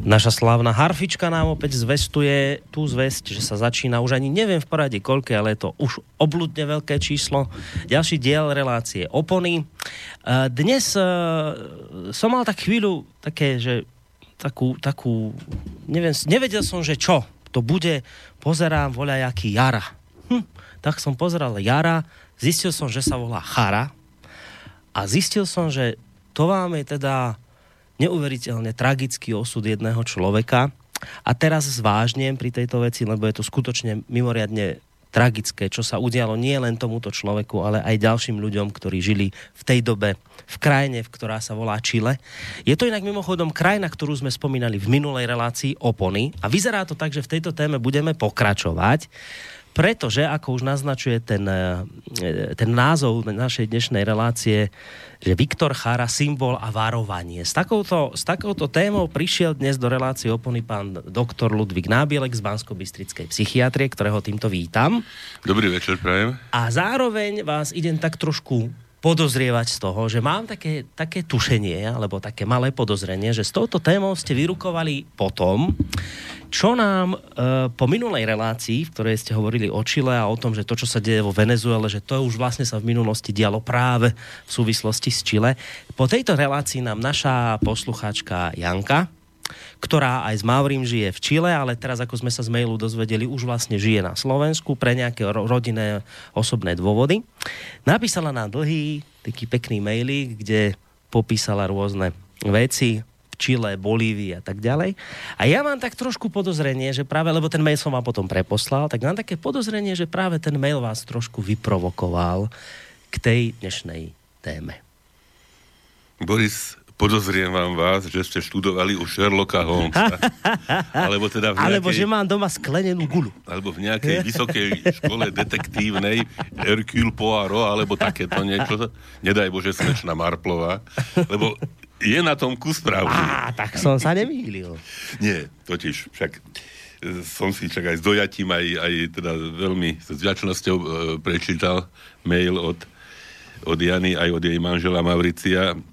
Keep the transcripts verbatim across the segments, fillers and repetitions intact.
Naša slávna harfička nám opäť zvestuje tú zvesť, že sa začína, už ani neviem v poradí koľké, ale je to už obľudne veľké číslo. Ďalší diel relácie Opony. Dnes som mal tak chvíľu také, že takú, takú neviem, nevedel som, že čo to bude. Pozerám voľajaký Jara. Hm, tak som pozeral Jara, zistil som, že sa volá Chara a zistil som, že to vám je teda neuveriteľne tragický osud jedného človeka. A teraz zvážnem pri tejto veci, lebo je to skutočne mimoriadne tragické, čo sa udialo nie len tomuto človeku, ale aj ďalším ľuďom, ktorí žili v tej dobe v krajine, v ktorá sa volá Čile. Je to inak mimochodom krajina, ktorú sme spomínali v minulej relácii Opony a vyzerá to tak, že v tejto téme budeme pokračovať, pretože, ako už naznačuje ten, ten názov našej dnešnej relácie, že Viktor Chara, symbol a varovanie. S takouto, s takouto témou prišiel dnes do relácie Opony pán doktor Ludvík Nábielek z Banskobystrickej psychiatrie, ktorého týmto vítam. Dobrý večer, prajem. A zároveň vás idem tak trošku podozrievať z toho, že mám také, také tušenie, alebo také malé podozrenie, že s touto témou ste vyrukovali potom, čo nám e, po minulej relácii, v ktorej ste hovorili o Čile a o tom, že to, čo sa deje vo Venezuele, že to už vlastne sa v minulosti dialo práve v súvislosti s Čile. Po tejto relácii nám naša poslucháčka Janka, ktorá aj s Maurim žije v Čile, ale teraz, ako sme sa z mailu dozvedeli, už vlastne žije na Slovensku pre nejaké ro- rodinné osobné dôvody. Napísala nám dlhý, taký pekný mailík, kde popísala rôzne veci, Čile, Bolívii a tak ďalej. A ja mám tak trošku podozrenie, že práve, lebo ten mail som vám potom preposlal, tak mám také podozrenie, že práve ten mail vás trošku vyprovokoval k tej dnešnej téme. Boris, podozriem vám vás, že ste študovali u Sherlocka Holmesa. alebo teda v nejakej, alebo že mám doma sklenenú guľu. Alebo v nejakej vysokej škole detektívnej Hercule Poirot, alebo takéto niečo. Nedaj Bože, Slečna Marplová. Lebo je na tom kus pravdy. Á, tak som sa nemýlil. Nie, totiž však som si však aj s dojatím, aj, aj teda veľmi s vďačnosťou e, prečítal mail od, od Jany, aj od jej manžela Mauricia, e,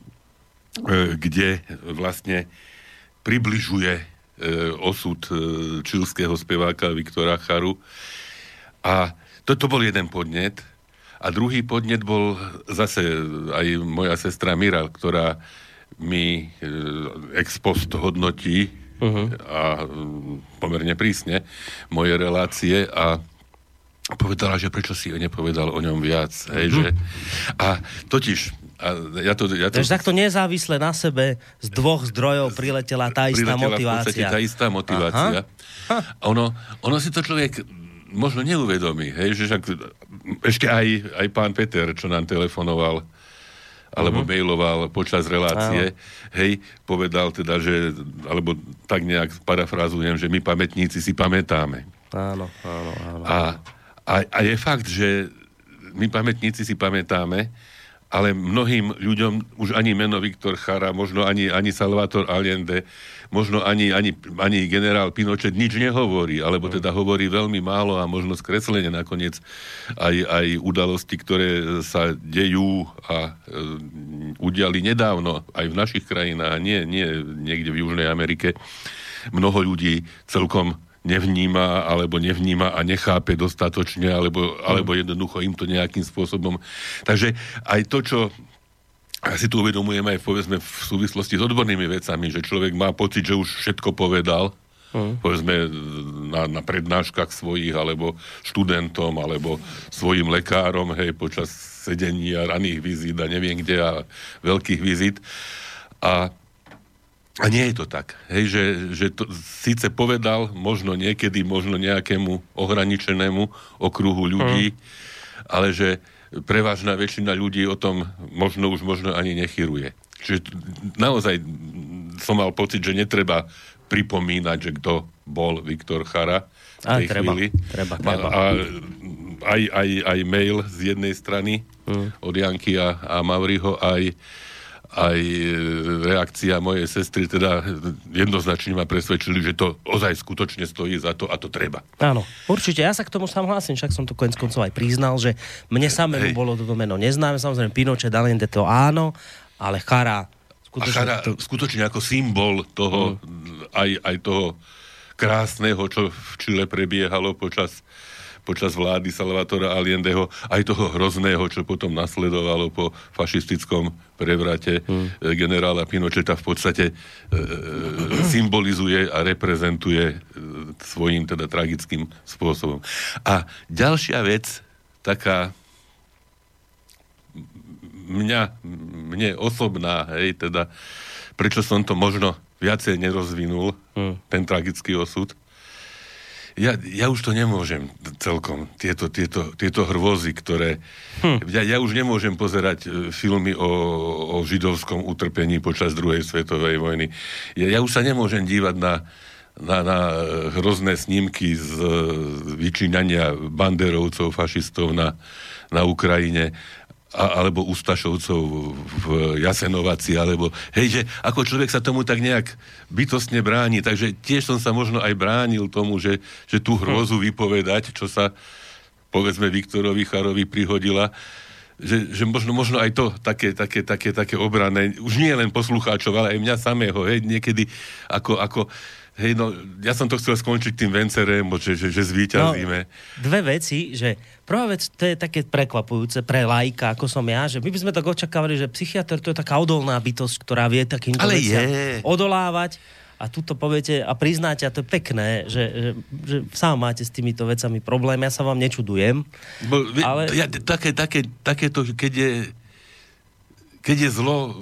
kde vlastne približuje e, osud e, čilského speváka Viktora Charu. A toto bol jeden podnet. A druhý podnet bol zase aj moja sestra Mira, ktorá mi ex post hodnotí uh-huh. a pomerne prísne moje relácie a povedala, že prečo si nepovedal o ňom viac. Hej, uh-huh. že... A totiž a ja to, ja to... Takže takto nezávisle na sebe z dvoch zdrojov priletela tá istá priletela motivácia. tá istá motivácia. Ono, ono si to človek možno neuvedomí, hej, že však ešte aj, aj pán Peter, čo nám telefonoval alebo uh-huh. mailoval počas relácie, áno. hej, povedal teda, že, alebo tak nejak parafrázujem, že my pamätníci si pamätáme. Áno, áno, áno. A, a, a je fakt, že my pamätníci si pamätáme, ale mnohým ľuďom už ani meno Viktor Chara, možno ani, ani Salvador Allende, možno ani, ani, ani generál Pinochet nič nehovorí, alebo teda hovorí veľmi málo a možno skreslene nakoniec aj, aj udalosti, ktoré sa dejú a e, udiali nedávno aj v našich krajinách, nie, nie niekde v Južnej Amerike. Mnoho ľudí celkom nevníma, alebo nevníma a nechápe dostatočne, alebo, alebo jednoducho im to nejakým spôsobom. Takže aj to, čo ja si tu uvedomujeme aj povedzme v súvislosti s odbornými vecami, že človek má pocit, že už všetko povedal, mm. povedzme na, na prednáškach svojich, alebo študentom, alebo svojim lekárom, hej, počas sedenia, raných vizít a neviem kde a veľkých vizít. A A nie je to tak, hej, že, že to síce povedal možno niekedy, možno nejakému ohraničenému okruhu ľudí, mm. ale že prevažná väčšina ľudí o tom možno už možno ani nechyruje. Čiže naozaj som mal pocit, že netreba pripomínať, že kto bol Viktor Chara v tej treba, chvíli. Treba, treba. A aj, aj, aj mail z jednej strany mm. od Janky a, a Mauriho, aj aj reakcia mojej sestry teda jednoznačne ma presvedčili, že to ozaj skutočne stojí za to a to treba. Áno, určite, ja sa k tomu sám hlásim, však som to koniec koncov aj priznal, že mne samému bolo toto meno neznáme, samozrejme Pinochet, Allende to áno, ale Chara skutočne... A Chara to... skutočne ako symbol toho, mm. aj, aj toho krásneho, čo v Čile prebiehalo počas, počas vlády Salvadora Allendeho, aj toho hrozného, čo potom nasledovalo po fašistickom prevrate hmm. generála Pinocheta, v podstate e, symbolizuje a reprezentuje e, svojím teda tragickým spôsobom. A ďalšia vec, taká mňa, mne osobná, hej, teda prečo som to možno viacej nerozvinul, hmm. ten tragický osud. Ja, ja už to nemôžem celkom, tieto, tieto, tieto hrôzy, ktoré... Hm. Ja, ja už nemôžem pozerať filmy o, o židovskom utrpení počas druhej svetovej vojny. Ja, ja už sa nemôžem dívať na, na, na hrozné snímky z vyčíňania banderovcov, fašistov na, na Ukrajine, a, alebo Ustašovcov v Jasenovaci, alebo hej, že ako človek sa tomu tak nejak bytostne bráni, takže tiež som sa možno aj bránil tomu, že, že tú hrôzu vypovedať, čo sa povedzme Viktorovi Charovi prihodila, že, že možno, možno aj to také, také, také, také obrané, už nie len poslucháčov, ale aj mňa samého, hej, niekedy ako, ako hej, no, ja som to chcel skončiť tým vencerem, že, že, že zvíťazíme. No, dve veci, že prvá vec, to je také prekvapujúce pre laika, ako som ja, že my by sme tak očakávali, že psychiatr to je taká odolná bytosť, ktorá vie takýmto veciam odolávať. A tuto poviete a priznáte, a to je pekné, že, že, že sám máte s týmito vecami problém, ja sa vám nečudujem. Bo, ale... ja, také, také, také to, keď je, keď je zlo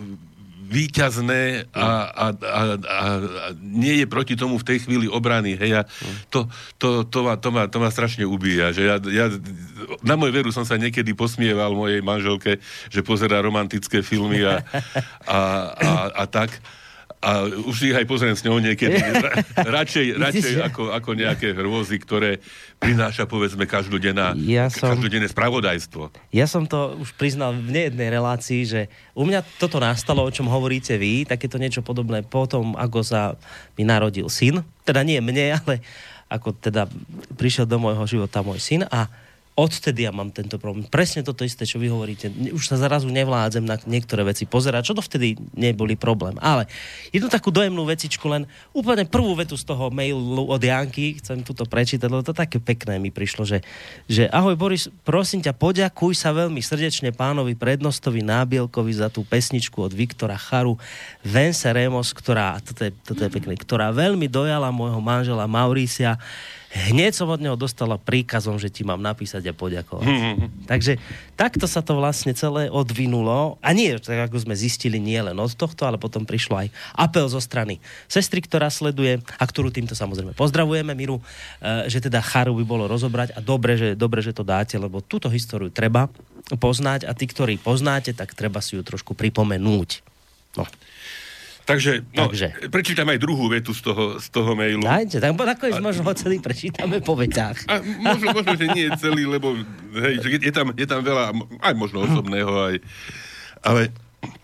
víťazné a, a, a, a, a nie je proti tomu v tej chvíli obrany, hej, a to, to, to, ma, to, ma, to ma strašne ubíja, že ja, ja na môj veru som sa niekedy posmieval mojej manželke, že pozerá romantické filmy a, a, a, a tak. A už ich aj pozriem s ňou niekedy. Radšej, radšej ako, ako nejaké hrôzy, ktoré prináša, povedzme, každodenná, ja som, každodenné spravodajstvo. Ja som to už priznal v nejednej relácii, že u mňa toto nastalo, o čom hovoríte vy, takéto niečo podobné potom, ako sa mi narodil syn. Teda nie mne, ale ako teda prišiel do môjho života môj syn a odtedy ja mám tento problém. Presne toto isté, čo vy hovoríte. Už sa zrazu nevládzem na niektoré veci pozerať, čo to vtedy neboli problém. Ale jednu takú dojemnú vecičku, len úplne prvú vetu z toho mailu od Janky, chcem túto prečítať, lebo to také pekné mi prišlo, že, že ahoj Boris, prosím ťa, poďakuj sa veľmi srdečne pánovi prednostovi Nábielkovi za tú pesničku od Viktora Charu Venceremos, ktorá, toto je, toto je pekné, ktorá veľmi dojala môjho manžela Mauricia. Hneď som od neho dostala príkazom, že ti mám napísať a poďakovať. Mm-hmm. Takže takto sa to vlastne celé odvinulo. A nie, tak ako sme zistili, nie len od tohto, ale potom prišlo aj apel zo strany sestry, ktorá sleduje a ktorú týmto samozrejme pozdravujeme, Miru, že teda Charu by bolo rozobrať a dobre, že, dobre, že to dáte, lebo túto históriu treba poznať a tí, ktorí poznáte, tak treba si ju trošku pripomenúť. No. Takže, no, Takže. prečítam aj druhú vetu z toho, z toho mailu. Dajte, tak nakoniec a... možno ho celý prečítame po vetách. A možno, možno, že nie je celý, lebo hej, je, je, tam, je tam veľa, aj možno osobného, aj, ale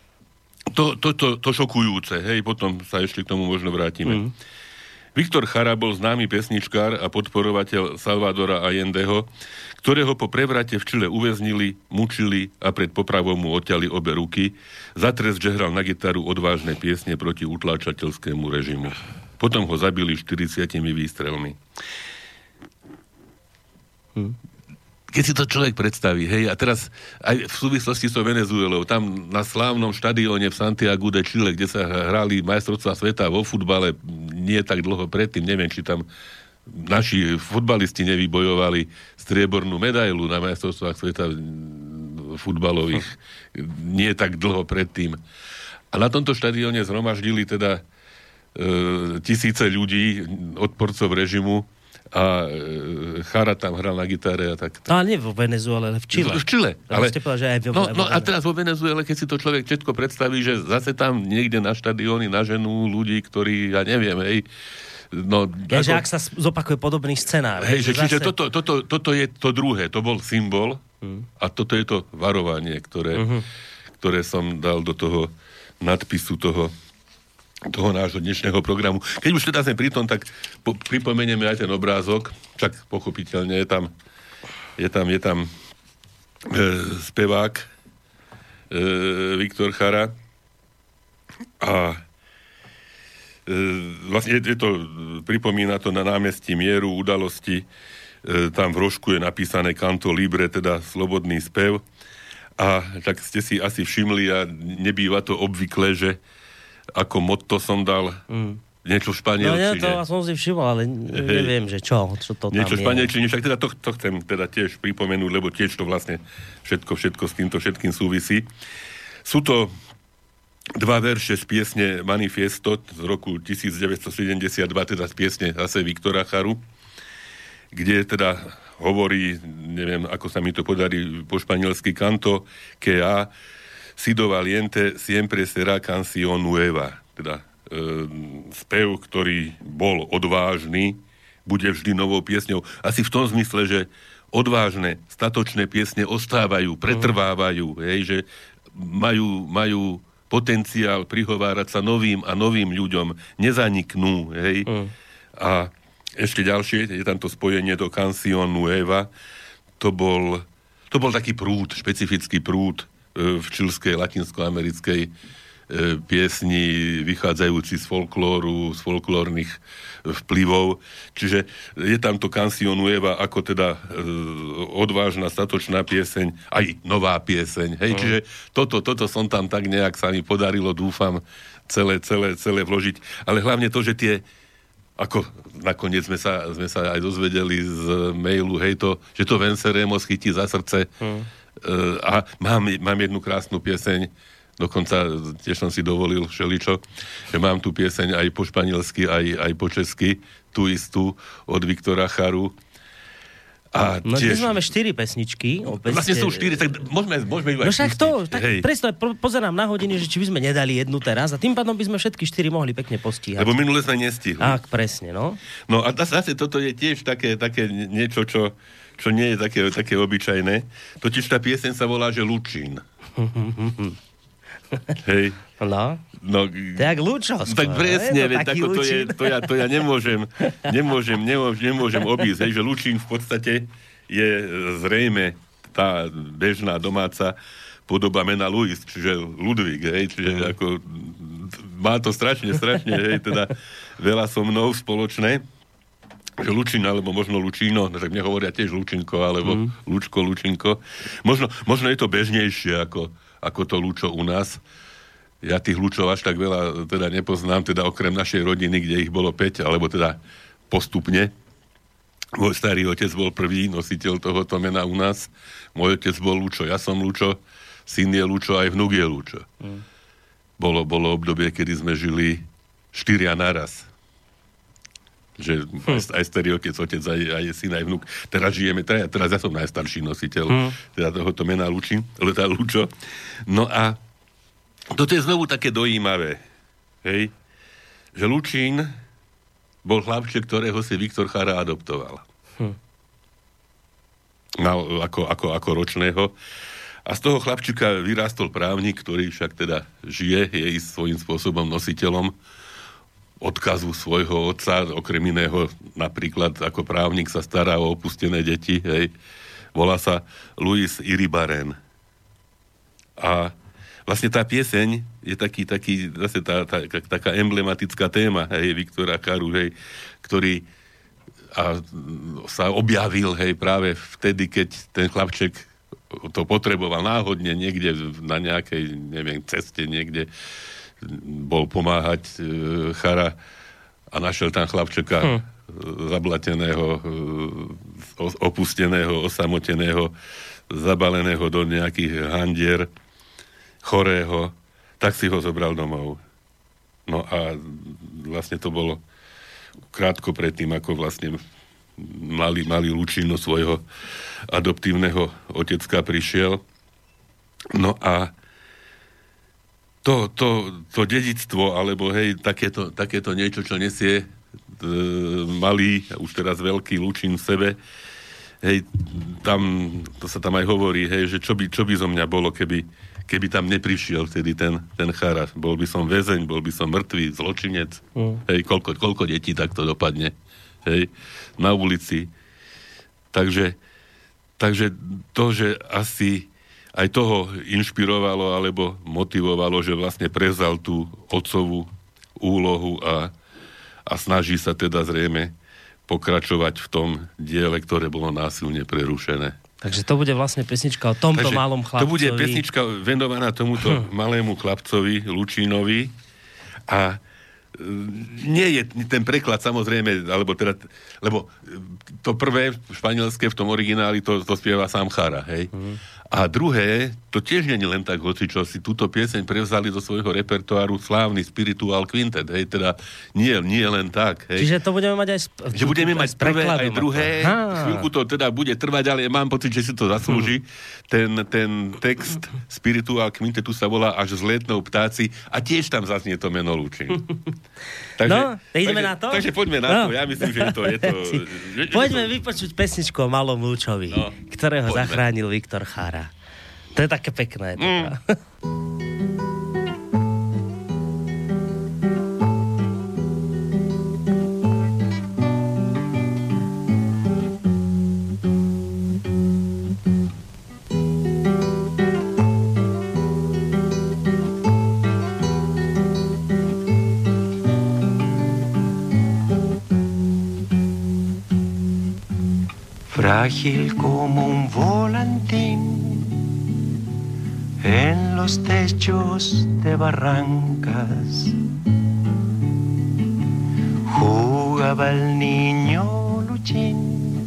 to, to, to, to šokujúce, hej, potom sa ešte k tomu možno vrátime. Mm. Viktor Chara bol známy pesničkár a podporovateľ Salvadora Allendeho, ktorého po prevrate v Čile uväznili, mučili a pred popravom mu odťali obe ruky, za trest, že hral na gitaru odvážne piesne proti utláčateľskému režimu. Potom ho zabili štyridsiatimi výstrelmi. Hm. Keď si to človek predstaví, hej, a teraz aj v súvislosti so Venezuelou, tam na slávnom štadióne v Santiago de Chile, kde sa hrali majstrovstvá sveta vo futbale nie tak dlho predtým, neviem, či tam naši futbalisti nevybojovali striebornú medailu na majstrovstvách sveta futbalových nie tak dlho predtým. A na tomto štadióne zhromaždili teda e, tisíce ľudí, odporcov režimu, a Chara tam hral na gitare a tak. No ale nie vo Venezuele, ale v Čile. V Čile. Ale, ste povedali, že aj v, no, no a teraz vo Venezuele, keď si to človek všetko predstaví, že zase tam niekde na štadióny naženú ľudí, ktorí, ja neviem, hej, no... Ja, ako, že ak sa zopakuje podobný scenár. Hej, že, že zase... čiže toto, toto, toto je to druhé, to bol symbol hmm. a toto je to varovanie, ktoré, uh-huh. ktoré som dal do toho nadpisu toho toho nášho dnešného programu. Keď už teda sme pri tom, tak po, pripomenieme aj ten obrázok, však pochopiteľne je tam je tam, je tam e, spevák e, Viktor Chara a vlastne je to, pripomína to na námestí Mieru udalosti, tam v rožku je napísané Canto Libre, teda slobodný spev. A tak ste si asi všimli, a nebýva to obvykle, že ako motto som dal mm. niečo v španielčine. No ja to som si všimol, ale neviem, že čo, čo to tam niečo je. Niečo v španielčine, však teda to, to chcem teda tiež pripomenúť, lebo tiež to vlastne všetko, všetko s týmto všetkým súvisí. Sú to dva verše z piesne Manifiesto z roku devätnásťsedemdesiatdva, teda z piesne zase Viktora Charu, kde teda hovorí, neviem, ako sa mi to podarí po španielsky, canto que a sido valiente siempre será canción nueva. Teda e, spev, ktorý bol odvážny, bude vždy novou piesňou. Asi v tom zmysle, že odvážne, statočné piesne ostávajú, pretrvávajú, mm. hej, že majú, majú potenciál prihovárať sa novým a novým ľuďom, nezaniknú, hej. Mm. A ešte ďalšie, je tam to spojenie do Canción Nueva, to bol, to bol taký prúd, špecifický prúd e, v čilskej, latinskoamerickej e, piesni, vychádzajúci z folklóru, z folklórnych vplyvov. Čiže je tam to Canción Nueva ako teda e, odvážna, statočná pieseň, aj nová pieseň. Hej, mm. čiže toto, toto som tam tak nejak sa mi podarilo, dúfam, celé, celé, celé vložiť. Ale hlavne to, že tie ako nakoniec sme sa, sme sa aj dozvedeli z mailu, hej, to, že to Venceremos chytí za srdce. Hmm. Uh, a mám, mám jednu krásnu pieseň, dokonca tiež som si dovolil všeličo, že mám tu pieseň aj po španielsky, aj, aj po česky, tú istú od Viktora Charu. A no tiež... dnes máme štyri pesničky. Opäť vlastne ste... sú štyri, tak môžeme, môžeme ju aj no však to, tak hej. presne, pozerám na hodiny, že či by sme nedali jednu teraz a tým pádom by sme všetky štyri mohli pekne postíhať. Lebo minule sme nestihli. Tak, presne, no. No a zase toto je tiež také, také niečo, čo, čo nie je také, také obyčajné. Totiž tá pieseň sa volá, že Lučín. Hej. No. No, tak Lučo. Tak presne, veď tako to, je, to, ja, to ja nemôžem, nemôžem, nemôžem, nemôžem obísť, hej, že Lučín v podstate je zrejme tá bežná domáca podoba mena Louis, čiže Ludvík, hej, čiže mm. ako má to strašne, strašne, hej, teda veľa so mnou spoločné, že Lučín, alebo možno Lučíno, tak mne hovoria tiež Lučinko, alebo mm. Lučko, Lučinko. Možno, možno je to bežnejšie ako, ako to Lučo u nás. Ja tých Lučov až tak veľa teda nepoznám, teda okrem našej rodiny, kde ich bolo päť, alebo teda postupne. Môj starý otec bol prvý nositeľ tohoto mena u nás. Môj otec bol Lučo, ja som Lučo, syn je Lučo, aj vnuk je Lučo. Mm. Bolo, bolo obdobie, kedy sme žili štyria naraz. Že hm. aj, aj starý otec, otec, aj, aj syn, aj vnuk. Teraz žijeme, teraz, teraz ja som najstarší nositeľ mm. teda tohoto mena Lučin, ale teda Lučo. No a toto je znovu také dojímavé, hej, že Lučín bol chlapček, ktorého si Viktor Chara adoptoval. Hm. Mal ako, ako, ako ročného. A z toho chlapčika vyrástol právnik, ktorý však teda žije, je svojím spôsobom nositeľom odkazu svojho otca, okrem iného napríklad ako právnik sa stará o opustené deti, hej. Volá sa Luis Iribarren. A vlastne tá pieseň je taký, taký zase tá, tá, taká emblematická téma, hej, Viktora Charu, hej, ktorý a, sa objavil, hej, práve vtedy, keď ten chlapček to potreboval náhodne niekde na nejakej, neviem, ceste niekde bol pomáhať e, Chara a našiel tam chlapčeka hm. zablateného, e, opusteného, osamoteného, zabaleného do nejakých handier, chorého, tak si ho zobral domov. No a vlastne to bolo krátko predtým, ako vlastne mali, mali Lučíno svojho adoptívneho otecka prišiel. No a to, to, to dedičstvo, alebo hej, takéto, takéto niečo, čo nesie e, malý, už teraz veľký Lučín v sebe, hej, tam, to sa tam aj hovorí, hej, že čo by, čo by zo mňa bolo, keby keby tam neprišiel vtedy ten, ten Chara. Bol by som väzeň, bol by som mŕtvý, zločinec. Mm. Hej, koľko, koľko detí takto dopadne. Hej, na ulici. Takže, takže to, že asi aj toho inšpirovalo alebo motivovalo, že vlastne prezal tú otcovú úlohu a, a snaží sa teda zrejme pokračovať v tom diele, ktoré bolo násilne prerušené. Takže to bude vlastne pesnička o tomto Takže malom chlapcovi. To bude pesnička venovaná tomuto hm. malému chlapcovi, Lučínovi. A nie je ten preklad samozrejme, alebo teda, lebo to prvé španielské v tom origináli to, to spieva sám Jara, hej. Mm. A druhé, to tiež nie je len tak hocičo, si túto pieseň prevzali do svojho repertoáru slávny Spiritual Quintet, hej, teda nie, nie len tak, hej. Čiže to budeme mať aj sp- Že budeme mať prvé aj druhé, chvíľku to teda bude trvať, ale mám pocit, že si to zaslúži. Ten, ten text Spiritual Quintetu sa volá Až s letnou ptáci a tiež tam zaznie to meno Lučín. Takže, no, ideme takže, na to? Takže poďme na no. to, ja myslím, že je to... Je to že, poďme že to... vypočuť pesničku o malom Lučovi, no, ktorého poďme. Zachránil Viktor Jara. To je také pekné. Mm. Frágil como un volantín en los techos de barrancas, jugaba el niño Luchín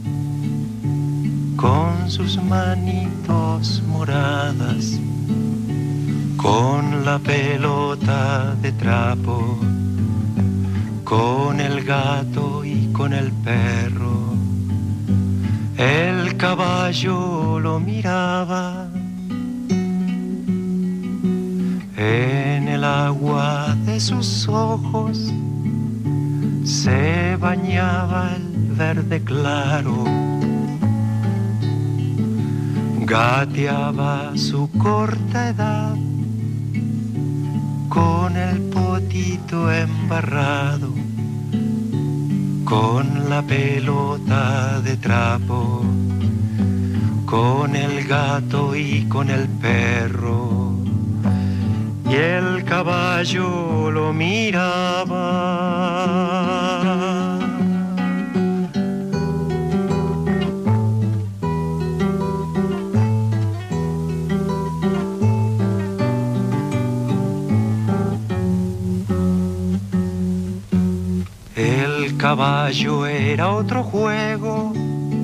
con sus manitos moradas, con la pelota de trapo, con el gato y con el perro. El caballo lo miraba, en el agua de sus ojos se bañaba el verde claro, gateaba su corta edad con el potito embarrado, con la pelota de trapo, con el gato y con el perro, y el caballo lo miraba. El caballo era otro juego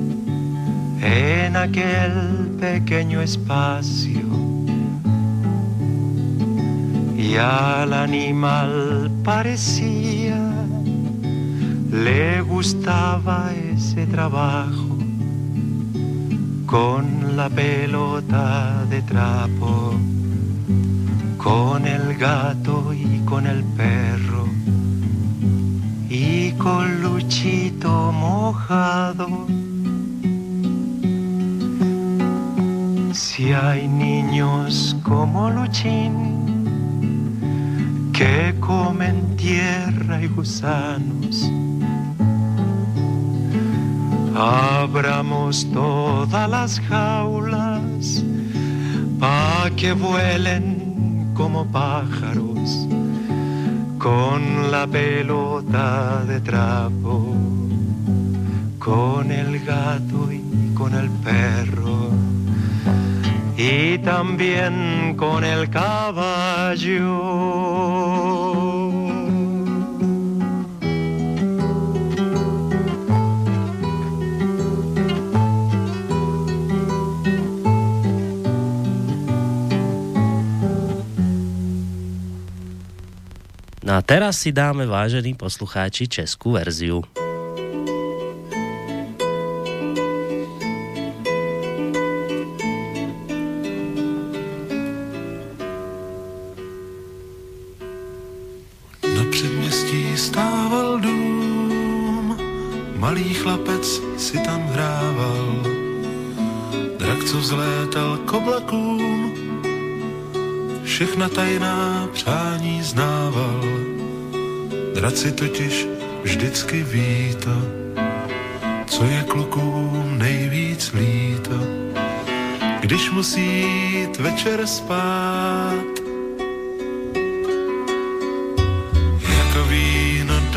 en aquel pequeño espacio, y al animal parecía le gustaba ese trabajo con la pelota de trapo, con el gato y con el perro, y con Luchito mojado. Si hay niños como Luchín que comen tierra y gusanos, abramos todas las jaulas pa' que vuelen como pájaros con la pelota de trapo, con el gato y con el perro, y también con el caballo. No a teraz si dáme, vážení poslucháči, českú verziu. Na předměstí stával dům, malý chlapec si tam hrával, drak, co vzlétal k oblakům, všechna tajná přání znával. Draci totiž vždycky ví to, co je klukům nejvíc líto, když musí jít večer spát. Jako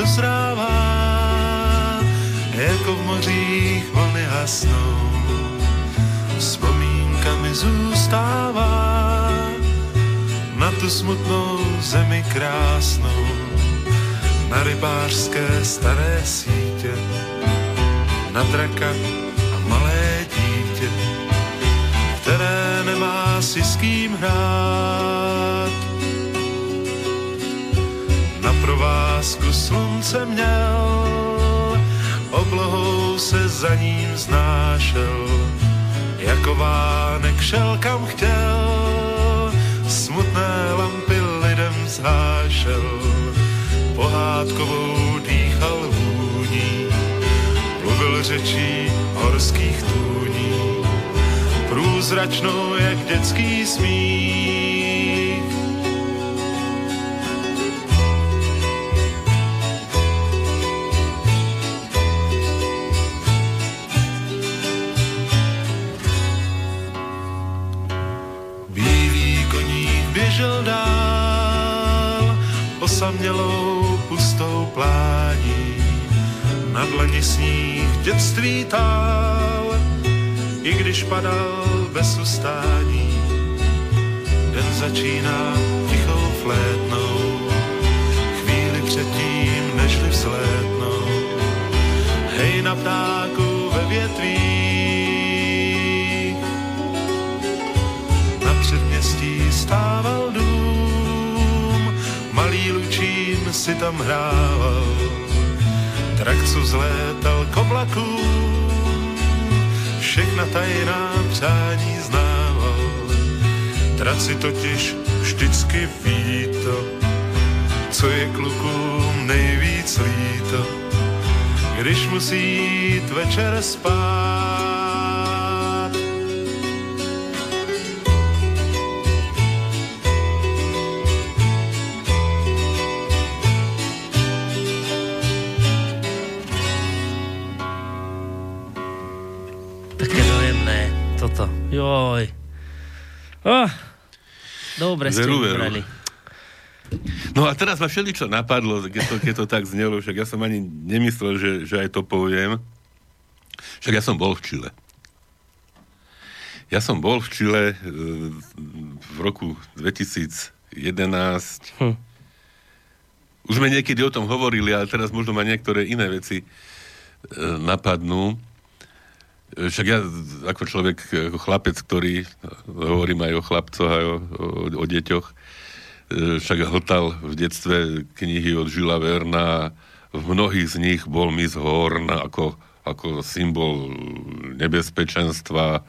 dozrává, jako v mořích vlny hasnou, vzpomínkami zůstává na tu smutnou zemi krásnou, na rybářské staré sítě, na draka a malé dítě, které nemá si s kým hrát. Na provázku slunce měl, oblohou se za ním znášel, jako vánek šel kam chtěl, smutné lampy lidem zhášel, pohádkovou dýchal vůní, mluvil řečí horských tůní, průzračnou jak dětský smích. Bílý koník běžel dál osamělou pustou plání, na dlani sníh dětství tál, i když padal bez ustání. Den začíná tichou flétnou, chvíli předtím, nežli vzlétnou. Hej na ptáku ve větvích, na předměstí stával dům, malý lučín si tam hrával, drak, co vzlétal k oblakům, všechna tajná přání znával. Draci totiž vždycky ví to, co je klukům nejvíc líto, když musí jít večer spát. Také dojemné toto. Joj. Oh, dobre ste Veru, veru. vybrali. No a teraz ma všeličo napadlo, keď to, keď to tak znelo, však ja som ani nemyslel, že, že aj to poviem. Však ja som bol v Čile. Ja som bol v Čile e, v roku dvetisíc jedenásť. Hm. Už sme niekedy o tom hovorili, ale teraz možno ma niektoré iné veci e, napadnú. Však ja ako človek, ako chlapec, ktorý, hovorím aj o chlapcoch, aj o, o, o deťoch, však hltal v detstve knihy od Julesa Verna, v mnohých z nich bol Miss Horn ako, ako symbol nebezpečenstva,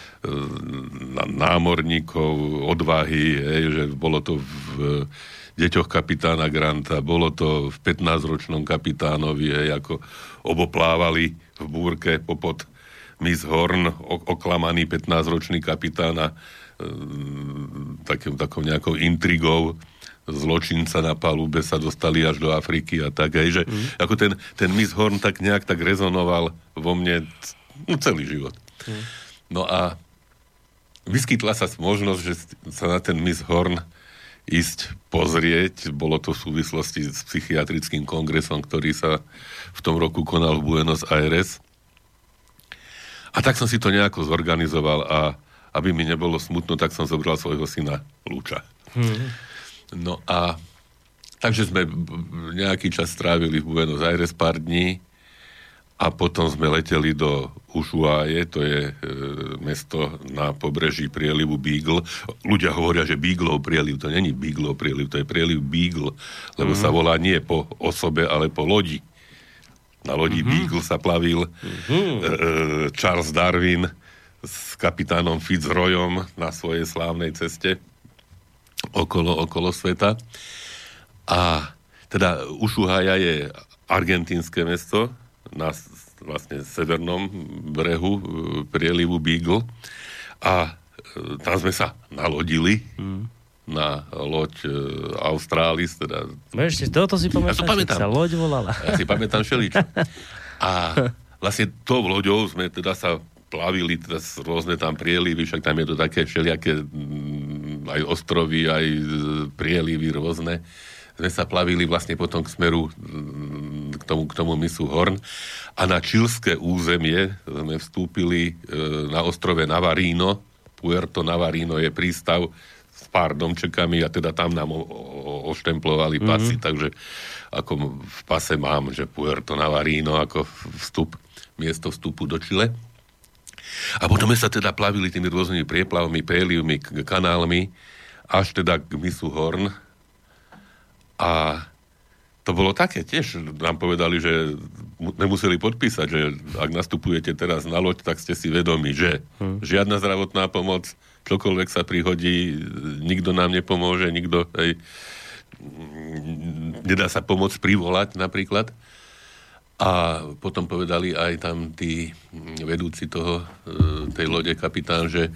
námorníkov, odvahy, hej, že bolo to v deťoch kapitána Granta, bolo to v pätnásťročnom kapitánovi, hej, ako oboplávali v búrke popod Miss Horn, oklamaný pätnásťročný kapitána takou, takou nejakou intrigou zločinca na palube sa dostali až do Afriky a tak, aj, že mm. ako ten, ten Miss Horn tak nejak tak rezonoval vo mne no, celý život. Mm. No a vyskytla sa možnosť, že sa na ten Miss Horn ísť pozrieť. Bolo to v súvislosti s psychiatrickým kongresom, ktorý sa v tom roku konal v Buenos Aires. A tak som si to nejako zorganizoval a aby mi nebolo smutno, tak som zobral svojho syna Luča. Hmm. No a takže sme nejaký čas strávili v Buenos Aires pár dní a potom sme leteli do Ushuaie, to je e, mesto na pobreží prielivu Beagle. Ľudia hovoria, že Beaglov prieliv, to není Beaglov prieliv, to je prieliv Beagle, lebo hmm. sa volá nie po osobe, ale po lodi. Na lodi mm-hmm. Beagle sa plavil mm-hmm. e, Charles Darwin s kapitánom Fitzroyom na svojej slávnej ceste okolo, okolo sveta. A teda Ushuaia je argentínske mesto na vlastne severnom brehu prielivu Beagle a tam sme sa nalodili mm. na loď Australis. Teda... No ešte, toto si pamätáš, ja pamätám. Sa loď volala. Ja si pamätám všeličo. A vlastne tou loďou sme teda sa plavili, teda rôzne tam prielivy, však tam je to také všelijaké aj ostrovy, aj prielivy rôzne. Sme sa plavili vlastne potom k smeru k tomu, k tomu mysu Horn. A na čilské územie sme vstúpili na ostrove Navarino. Puerto Navarino je prístav s pár domčekami a teda tam nám o, o, oštemplovali pasy, mm-hmm. takže ako v pase mám, že Puerto Navarino ako vstup, miesto vstupu do Čile. A potom sme sa teda plavili tými rôznymi prieplavmi, prélivmi, kanálmi, až teda k mysu Horn. A to bolo také tiež. Nám povedali, že nemuseli podpísať, že ak nastupujete teraz na loď, tak ste si vedomi, že hmm. žiadna zdravotná pomoc, čokoľvek sa prihodí, nikto nám nepomôže, nikto, hej, nedá sa pomôcť privolať napríklad. A potom povedali aj tam tí vedúci toho, tej lode, kapitán, že,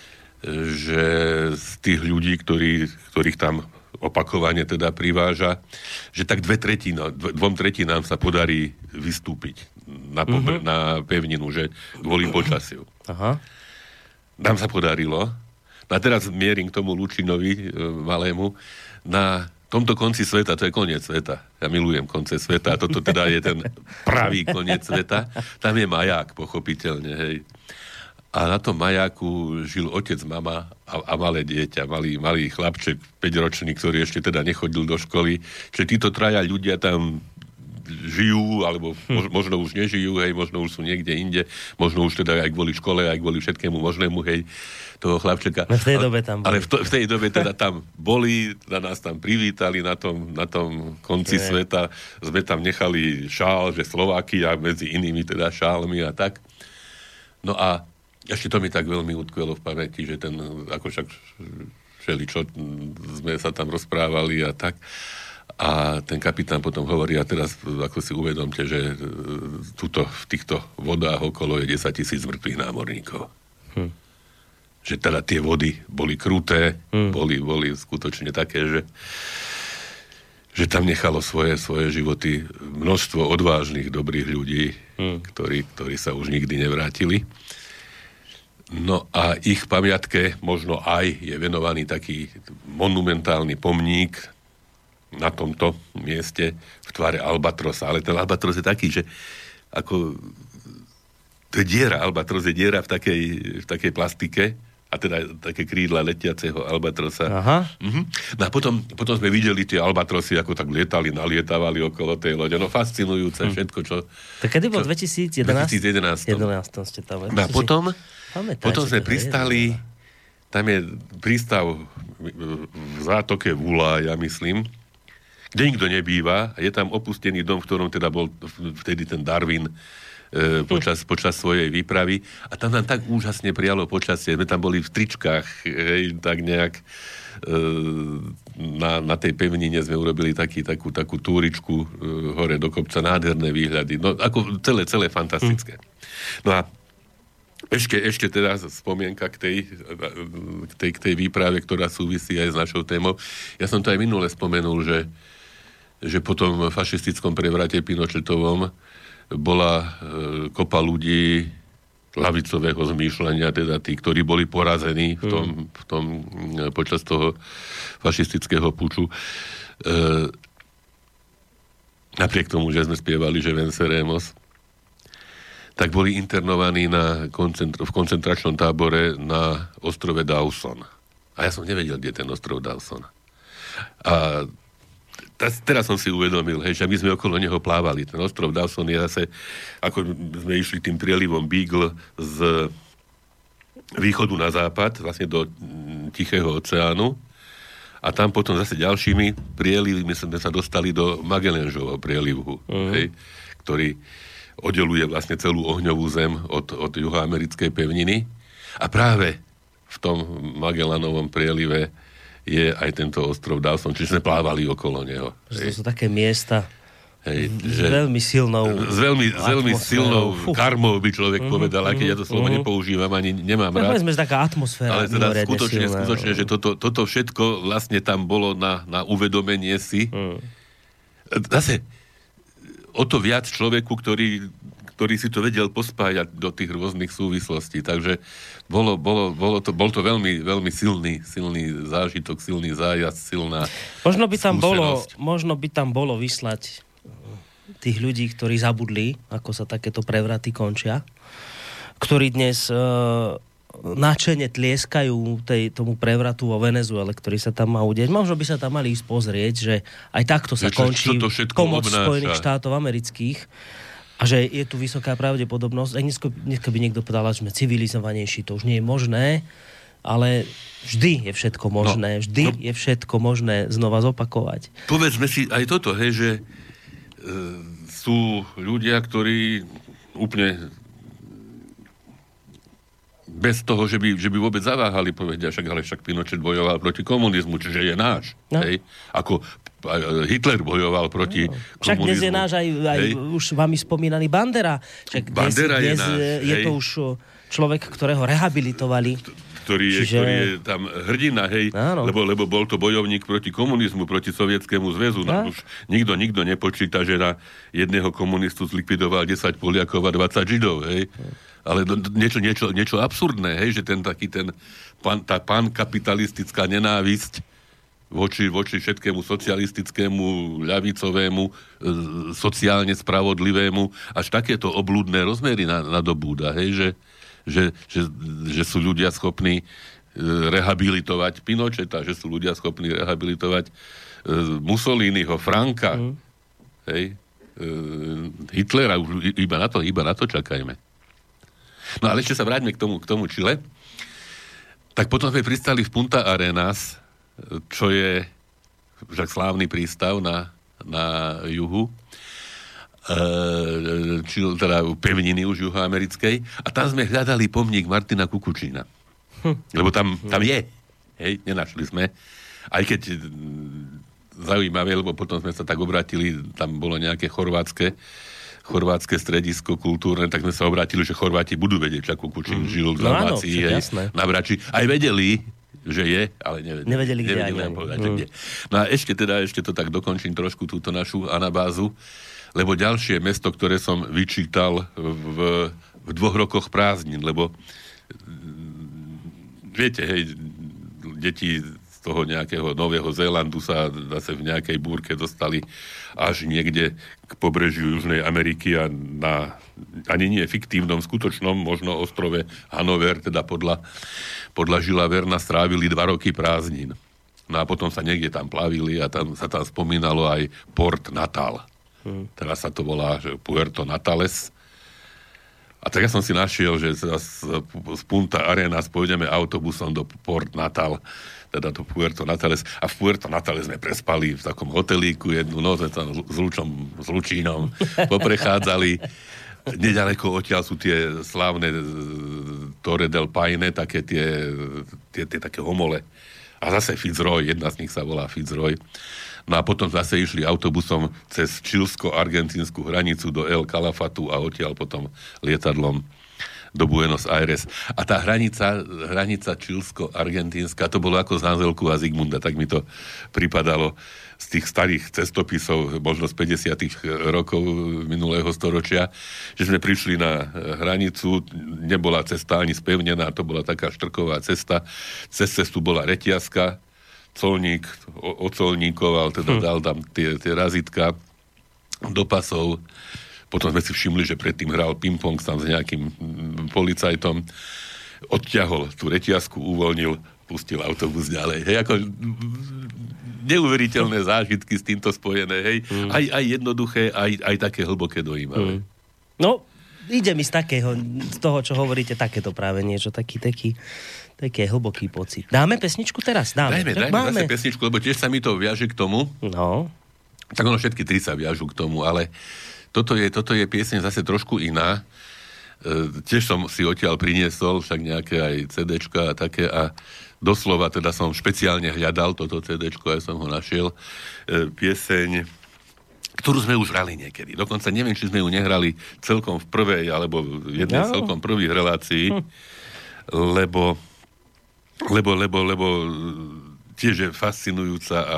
že z tých ľudí, ktorí, ktorých tam opakovane teda priváža, že tak dve tretiny, dvom tretinám sa podarí vystúpiť na, pobr- uh-huh. na pevninu, že kvôli počasiu. Aha. Nám sa podarilo. A teraz mierim k tomu Lučinovi e, malému. Na tomto konci sveta, to je koniec sveta. Ja milujem konce sveta. A toto teda je ten pravý koniec sveta. Tam je maják, pochopiteľne, hej. A na tom majáku žil otec, mama a, a malé dieťa, malý, malý chlapček, päťročný, ktorý ešte teda nechodil do školy. Čiže títo traja ľudia tam žijú, alebo mož, možno už nežijú, hej, možno už sú niekde inde, možno už teda aj kvôli škole, aj kvôli všetkému možnému, hej, toho chlapčeka. No v tej dobe tam boli. Ale v, to, v tej dobe teda tam boli, na nás tam privítali na tom, na tom konci Je. sveta. Sme tam nechali šál, že Slovákia, medzi inými teda šálmi a tak. No a ešte to mi tak veľmi utkvelo v pamäti, že ten, ako však všeli, čo sme sa tam rozprávali a tak. A ten kapitán potom hovorí, a teraz ako si uvedomte, že tuto, v týchto vodách okolo je desaťtisíc mŕtvych námorníkov. Hm. Že teda tie vody boli kruté, hm. boli, boli skutočne také, že, že tam nechalo svoje, svoje životy množstvo odvážnych, dobrých ľudí, hm. ktorí, ktorí sa už nikdy nevrátili. No a ich pamiatke možno aj je venovaný taký monumentálny pomník na tomto mieste v tvare albatrosa. Ale ten albatros je taký, že ako to je diera, albatros je diera v takej, v takej plastike a teda také krídla letiaceho albatrosa. Aha. Mhm. No a potom, potom sme videli tie albatrosy, ako tak lietali, nalietávali okolo tej lode. No fascinujúce hm. všetko, čo... Tak kedy bol čo, dvetisícjedenásť? dvetisícjedenásť. jedenásť ste tam. No a potom, potom sme pristali, tam je prístav v zátoke Vula, ja myslím, kde nikto nebýva. Je tam opustený dom, v ktorom teda bol vtedy ten Darwin e, počas, počas svojej výpravy. A tam nám tak úžasne prijalo počasie. My tam boli v tričkách, hej, tak nejak e, na, na tej pevnine sme urobili taký, takú, takú túričku e, hore do kopca, nádherné výhľady. No ako celé, celé fantastické. No a ešte, ešte teda spomienka k tej, k, tej, k tej výprave, ktorá súvisí aj s našou témou. Ja som to aj minule spomenul, že že po tom fašistickom prevrate Pinochetovom bola e, kopa ľudí ľavicového zmýšľania, teda tí, ktorí boli porazení v tom, v tom e, počas toho fašistického puču. E, napriek tomu, že sme spievali, že venceremos, tak boli internovaní na koncentr- v koncentračnom tábore na ostrove Dawson. A ja som nevedel, kde je ten ostrov Dawson. A teraz som si uvedomil, hej, že my sme okolo neho plávali. Ten ostrov Dawson je zase, ako sme išli tým prielivom Beagle z východu na západ, vlastne do Tichého oceánu. A tam potom zase ďalšími prielivmi sme sa dostali do Magellanžovho prielivu, mm. hej, ktorý oddeluje vlastne celú ohňovú zem od, od juhoamerickej pevniny. A práve v tom Magellanovom prielive je aj tento ostrov Dawson, čiže sme plávali okolo neho. To sú také miesta hej, s že, veľmi silnou s veľmi, s veľmi silnou Fuh. karmou, by človek uh-huh, povedal, aj keď ja to slovo uh-huh. nepoužívam, ani nemám no, rád. Povedzme, že taká atmosféra. Ale teda skutočne, silná, skutočne, že toto, toto všetko vlastne tam bolo na, na uvedomenie si. Uh-huh. Zase o to viac človeku, ktorý ktorý si to vedel pospájať do tých rôznych súvislostí. Takže bolo, bolo, bolo to, bol to veľmi, veľmi silný, silný zážitok, silný zájazd, silná možno by tam skúsenosť. bolo, možno by tam bolo vyslať tých ľudí, ktorí zabudli, ako sa takéto prevraty končia, ktorí dnes e, načene tlieskajú tej, tomu prevratu vo Venezuele, ktorý sa tam má udieť. Možno by sa tam mali ísť pozrieť, že aj takto sa čo, končí čo pomoc obnáša. Spojených štátov amerických a že je tu vysoká pravdepodobnosť. Aj dneska, dneska by niekto povedal, že sme civilizovanejší, to už nie je možné, ale vždy je všetko možné, no, vždy no, je všetko možné znova zopakovať. Povedzme si aj toto, hej, že e, sú ľudia, ktorí úplne bez toho, že by, že by vôbec zaváhali, povedia, však, ale však Pinochet bojoval proti komunizmu, čiže je náš. No. Hej? Ako Hitler bojoval proti no. komunizmu. Však dnes je náš aj, aj už vami spomínaný Bandera. Však Bandera dnes, je dnes náš. Je to už človek, ktorého rehabilitovali. Ktorý je, Čiže... ktorý je tam hrdina, hej, lebo, lebo bol to bojovník proti komunizmu, proti Sovietskému zväzu. No. Už nikto, nikto nepočíta, že na jedného komunistu zlikvidoval desať Poliakov a dvadsať Židov, hej. Ale do, niečo, niečo, niečo absurdné, hej, že ten taký ten, pan, tá pankapitalistická nenávisť voči, voči všetkému socialistickému, ľavicovému, e, sociálne spravodlivému, až takéto oblúdne rozmery nadobúda, hej, že Že, že, že sú ľudia schopní e, rehabilitovať Pinocheta, že sú ľudia schopní rehabilitovať e, Mussoliniho, Franka, mm. hej, e, Hitlera, už iba na to, iba na to čakajme. No ale ešte sa vráťme k tomu, k tomu Chile. Tak potom sme pristali v Punta Arenas, čo je však slávny prístav na, na juhu, či teda pevniny už juhoamerickej, a tam sme hľadali pomník Martina Kukučína. Hm. Lebo tam, tam je. Hej, nenašli sme. Aj keď zaujímavé, lebo potom sme sa tak obrátili, tam bolo nejaké chorvátske chorvátske stredisko kultúrne, tak sme sa obrátili, že Chorváti budú vedieť, že Kukučín mm. žil v Dalmácii, no, hej, na Brači. Aj vedeli, že je, ale nevedeli. Nevedeli, kde nevedeli nám povedať, mm. kde. No a ešte teda, ešte to tak dokončím trošku, túto našu anabázu, lebo ďalšie mesto, ktoré som vyčítal v, v dvoch rokoch prázdnin, lebo viete, hej, deti z toho nejakého Nového Zélandu sa zase v nejakej búrke dostali až niekde k pobrežiu Južnej Ameriky a na ani nie fiktívnom, skutočnom možno ostrove Hanover, teda podľa, podľa Žila Verna strávili dva roky prázdnin. No a potom sa niekde tam plavili a tam sa tam spomínalo aj Port Natal. Hmm. Teraz sa to volá, že Puerto Natales. A tak ja som si našiel, že z, z Punta Arenas pôjdeme autobusom do Port Natal, teda do Puerto Natales. A v Puerto Natales sme prespali v takom hotelíku jednu noc, sme tam s Lučom, s Lučínom poprechádzali. Nedaleko odtiaľ sú tie slávne Torre del Paine, také tie, tie, tie také homole. A zase Fitzroy, jedna z nich sa volá Fitzroy. No a potom zase išli autobusom cez čilsko-argentínsku hranicu do El Calafatu a odtiaľ potom lietadlom do Buenos Aires. A tá hranica, hranica čilsko-argentínska, to bolo ako z Hanzelku a Zigmunda, tak mi to pripadalo z tých starých cestopisov, možno z päťdesiatych rokov minulého storočia, že sme prišli na hranicu, nebola cesta ani spevnená, to bola taká štrková cesta, cez cestu bola reťazka, colník ocolníkoval, teda dal tam tie, tie razitka do pasov. Potom sme si všimli, že predtým hral ping-pong tam s nejakým policajtom. Odťahol tú reťazku, uvoľnil, pustil autobus ďalej. Hej, ako neuveriteľné zážitky s týmto spojené. Hej. Mm. Aj, aj jednoduché, aj, aj také hlboké dojímavé. Mm. No, ide mi z takého, z toho, čo hovoríte, takéto práve niečo, taký, taký taký hlboký pocit. Dáme pesničku teraz? Dáme, dajme, dajme Máme. zase pesničku, lebo tiež sa mi to viaže k tomu. No. Tak ono všetky tri sa viažu k tomu, ale toto je, toto je pieseň zase trošku iná. E, tiež som si odtiaľ priniesol však nejaké aj cédéčka a také a doslova teda som špeciálne hľadal toto cédéčko a som ho našiel. E, pieseň, ktorú sme už hrali niekedy. Dokonca neviem, či sme ju nehrali celkom v prvej, alebo v jednej no. celkom prvých relácií, hm. lebo Lebo, lebo, lebo tiež je fascinujúca a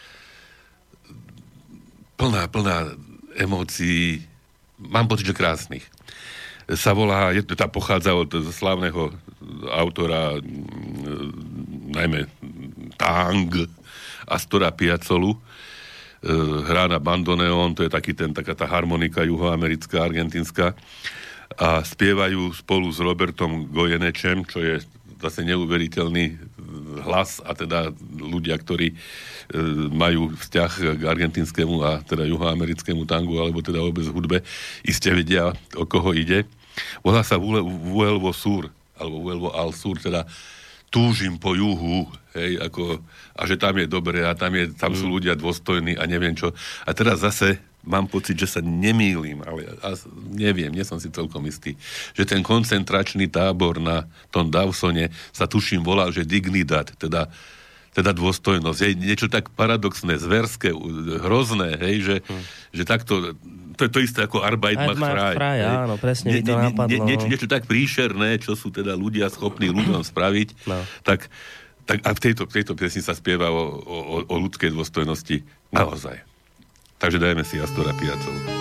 plná, plná emócií, mám pocit, že krásnych. Sa volá, je, tá pochádza od slávneho autora, najmä Tang, Astora Piazzolu. hrá na bandoneón, to je taký ten, taká tá harmonika juhoamerická, argentínska, a spievajú spolu s Robertom Goyenečem, čo je zase neuveriteľný hlas, a teda ľudia, ktorí e, majú vzťah k argentínskemu a teda juhoamerickému tangu, alebo teda vôbec hudbe, iste vedia, o koho ide. Volá sa Vuelvo Sur, alebo Vuelvo al Sur, teda túžim po juhu, hej, ako, a že tam je dobre a tam, je, tam sú ľudia dôstojní a neviem čo. A teraz zase mám pocit, že sa nemýlim, ale a neviem, nie som si celkom istý, že ten koncentračný tábor na tom Dawsone sa tuším volal, že Dignidad, teda, teda dôstojnosť. Je niečo tak paradoxné, zverské, hrozné, hej, že, hmm. že takto, to je to isté ako Arbeit macht frei. frei áno, presne mi to nie, napadlo. Nie, niečo, niečo tak príšerné, čo sú teda ľudia schopní ľuďom spraviť, no. tak, tak a v tejto, v tejto piesni sa spieva o, o, o ľudskej dôstojnosti naozaj. Takže dajme si Astora Piazzolla.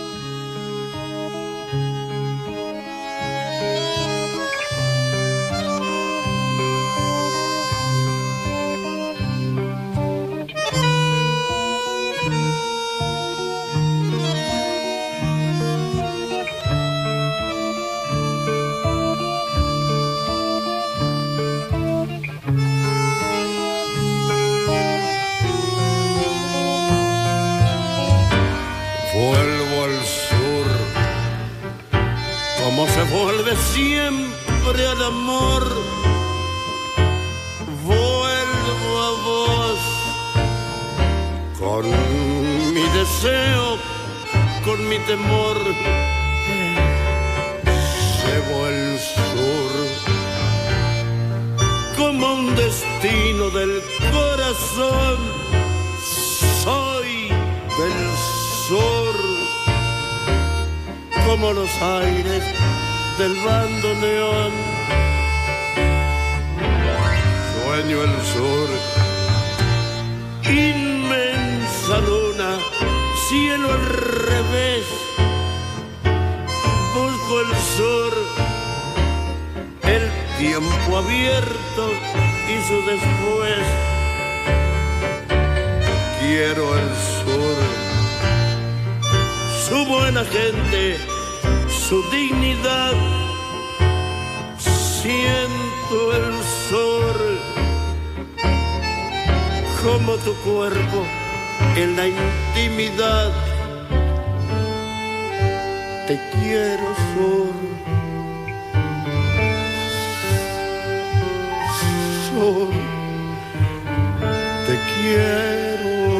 Vuelve siempre al amor, vuelvo a vos, con mi deseo, con mi temor, llevo el sur, como un destino del corazón, soy del sur, como los aires del bandoneón, sueño el sur, inmensa luna, cielo al revés, busco el sur, el tiempo abierto y su después, quiero el sur, su buena gente, su dignidad, siento el sol como tu cuerpo en la intimidad. Te quiero sur, sur, te quiero.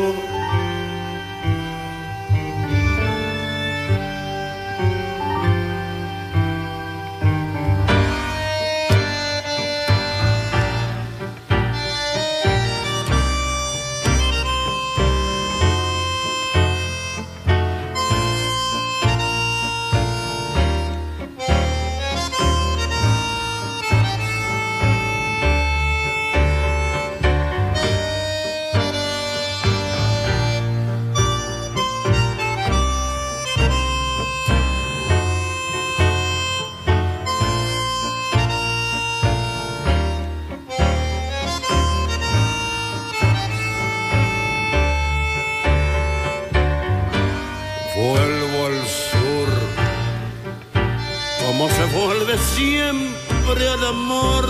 Siempre al amor,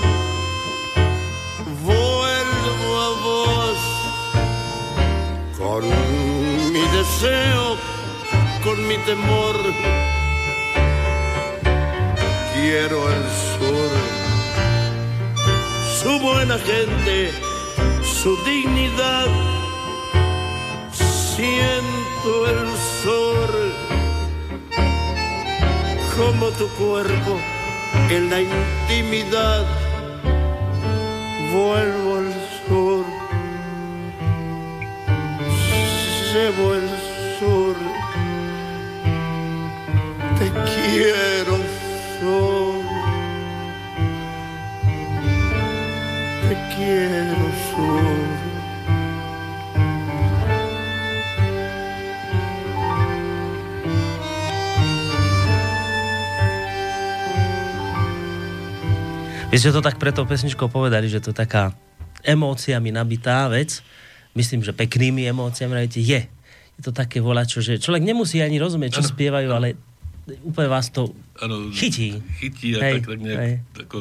vuelvo a vos, con mi deseo, con mi temor, quiero el sur, su buena gente, su dignidad, siento el sol como tu cuerpo en la intimidad, vuelvo al sur, llevo el sur, te quiero sur, te quiero sur. Vy ste to tak pre tou pesničkou povedali, že to je taká emóciami nabitá vec. myslím, že peknými emóciami, je. Je to také volačo, že človek nemusí ani rozumieť, čo ano, spievajú, ano. Ale úplne vás to ano, chytí. Chytí a hej, tak, tak nejak tako,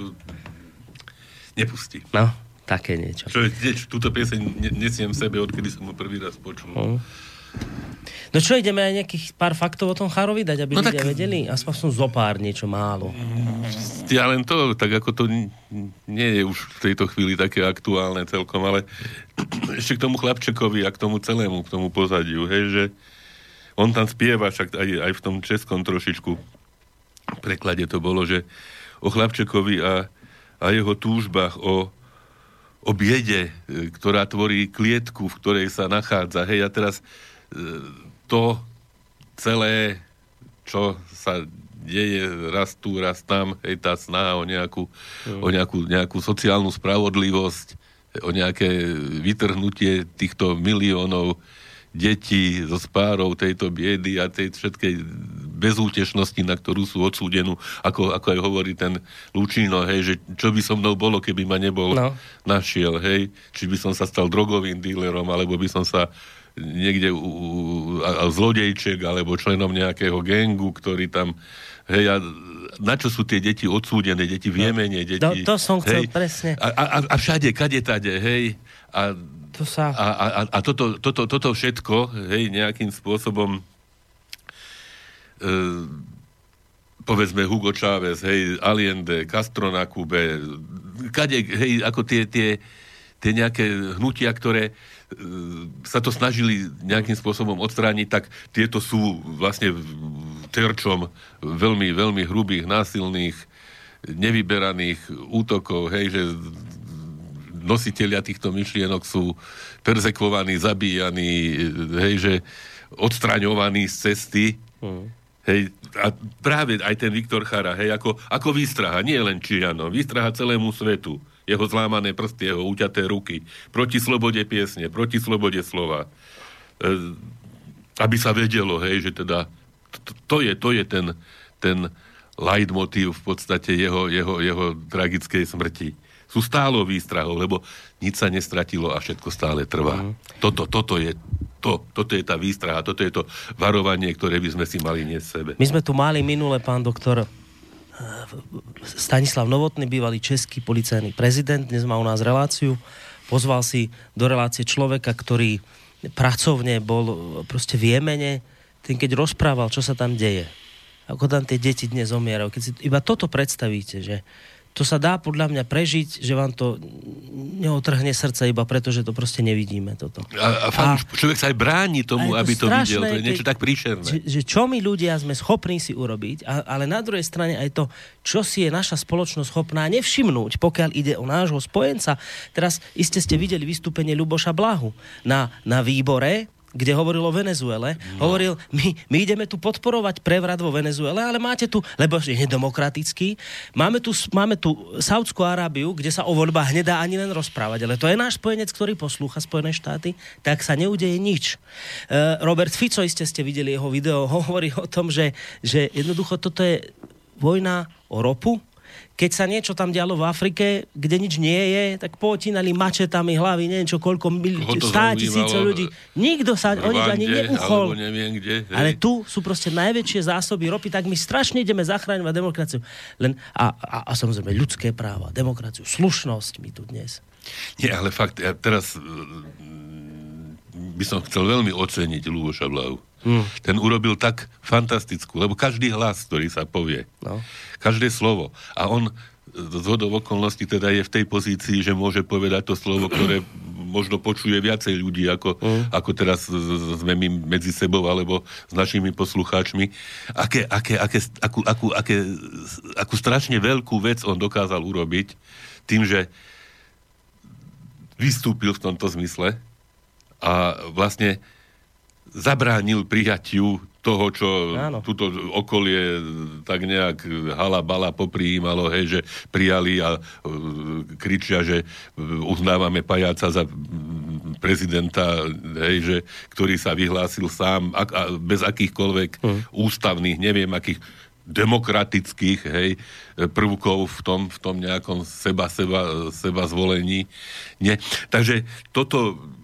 nepustí. No, také niečo. Čo, túto pieseň nesiem v sebe, odkedy som ho prvý raz počul. Mm. No čo, ideme aj nejakých pár faktov o tom Chárovi dať, aby no ľudia tak vedeli? Aspoň som zopár, niečo málo. Ja len to, tak ako to nie je už v tejto chvíli také aktuálne celkom, ale ešte k tomu chlapčekovi a k tomu celému, k tomu pozadiu, hej, že on tam spieva, však aj, aj v tom českom trošičku preklade to bolo, že o chlapčekovi a, a jeho túžbách, o, o biede, ktorá tvorí klietku, v ktorej sa nachádza. Hej, a teraz to celé, čo sa deje raz tu, raz tam, hej, tá snaha o nejakú, mm. o nejakú, nejakú sociálnu spravodlivosť, o nejaké vytrhnutie týchto miliónov detí zo spárov tejto biedy a tej všetkej bezútešnosti, na ktorú sú odsúdenú, ako, ako aj hovorí ten Lučino, hej, že čo by so mnou bolo, keby ma nebol no. našiel, hej, či by som sa stal drogovým dílerom, alebo by som sa niekde u, u, a, a zlodejček, alebo členom nejakého gangu, ktorý tam, hej, a na čo sú tie deti odsúdené, deti v Jemene, deti... To, to som chcel, hej, presne. A, a, a všade, kade tade, hej, a, to sa... a, a, a toto, toto, toto všetko, hej, nejakým spôsobom e, povedzme Hugo Chávez, hej, Allende, Castro na Kube, kade, hej, ako tie, tie, tie nejaké hnutia, ktoré sa to snažili nejakým spôsobom odstrániť, tak tieto sú vlastne terčom veľmi, veľmi hrubých, násilných, nevyberaných útokov, hej, že nositelia týchto myšlienok sú perzekvovaní, zabíjaní, hej, že odstraňovaní z cesty. Mm. Hej, a práve aj ten Viktor Chara, hej, ako, ako výstraha, nie len Čižanom, výstraha celému svetu. Jeho zlámané prsty, jeho uťaté ruky, proti slobode piesne, proti slobode slova. E, aby sa vedelo, hej, že teda to, to je, to je ten, ten leitmotív v podstate jeho, jeho, jeho tragickej smrti. Sú stále výstrahou, lebo nič sa nestratilo a všetko stále trvá. Mm. Toto, toto je to, toto je tá výstraha, toto je to varovanie, ktoré by sme si mali niesť sebe. My sme tu mali minule, pán doktor, Stanislav Novotný, bývalý český policajný prezident, dnes má u nás reláciu. Pozval si do relácie človeka, ktorý pracovne bol proste v Jemene. Ten keď rozprával, čo sa tam deje, ako tam tie deti dnes zomierajú. Keď si iba toto predstavíte, že to sa dá podľa mňa prežiť, že vám to neotrhne srdce iba preto, že to proste nevidíme toto. A, a fakt, a človek sa aj bráni tomu, aby to strašné, videl. To je niečo tak príšerné. Že, že čo my ľudia sme schopní si urobiť, a, ale na druhej strane aj to, čo si je naša spoločnosť schopná nevšimnúť, pokiaľ ide o nášho spojenca. Teraz iste ste videli vystúpenie Ľuboša Blahu na, na výbore, kde hovoril o Venezuele. No. Hovoril, my, my ideme tu podporovať prevrat vo Venezuele, ale máte tu, lebo je nedemokratický, máme tu, máme tu Saúdskú Arábiu, kde sa o voľbách nedá ani len rozprávať, ale to je náš spojenec, ktorý poslúcha Spojené štáty, tak sa neudeje nič. Uh, Robert Fico, iste ste videli jeho video, hovorí o tom, že, že jednoducho toto je vojna o ropu. Keď sa niečo tam dialo v Afrike, kde nič nie je, tak potínali mačetami hlavy, neviem čo, koľko mil, stá tisíce ľudí. Nikto sa o nič ani neuchol. Kde, ale tu sú proste najväčšie zásoby ropy, tak my strašne ideme zachráňovať demokraciu. Len, a, a, a samozrejme ľudské práva, demokraciu, slušnosť my tu dnes. Nie, ale fakt, ja teraz by som chcel veľmi oceniť Ľuboša Blahu. Hmm. Ten urobil tak fantastickú, lebo každý hlas, ktorý sa povie, no. každé slovo, a on z hodou okolností teda je v tej pozícii, že môže povedať to slovo, ktoré možno počuje viacej ľudí, ako, hmm. ako teraz sme my medzi sebou, alebo s našimi poslucháčmi. Aké, aké, aké, akú, akú, aké, akú strašne veľkú vec on dokázal urobiť tým, že vystúpil v tomto zmysle a vlastne zabránil prijatiu toho, čo Áno. túto okolie tak nejak halabala poprijímalo, hej, že prijali a uh, kričia, že uznávame pajáca za prezidenta, hej, že, ktorý sa vyhlásil sám, ak, a bez akýchkoľvek uh. ústavných, neviem akých demokratických, hej, prvkov v tom, v tom nejakom seba, seba, seba zvolení. Nie. Takže toto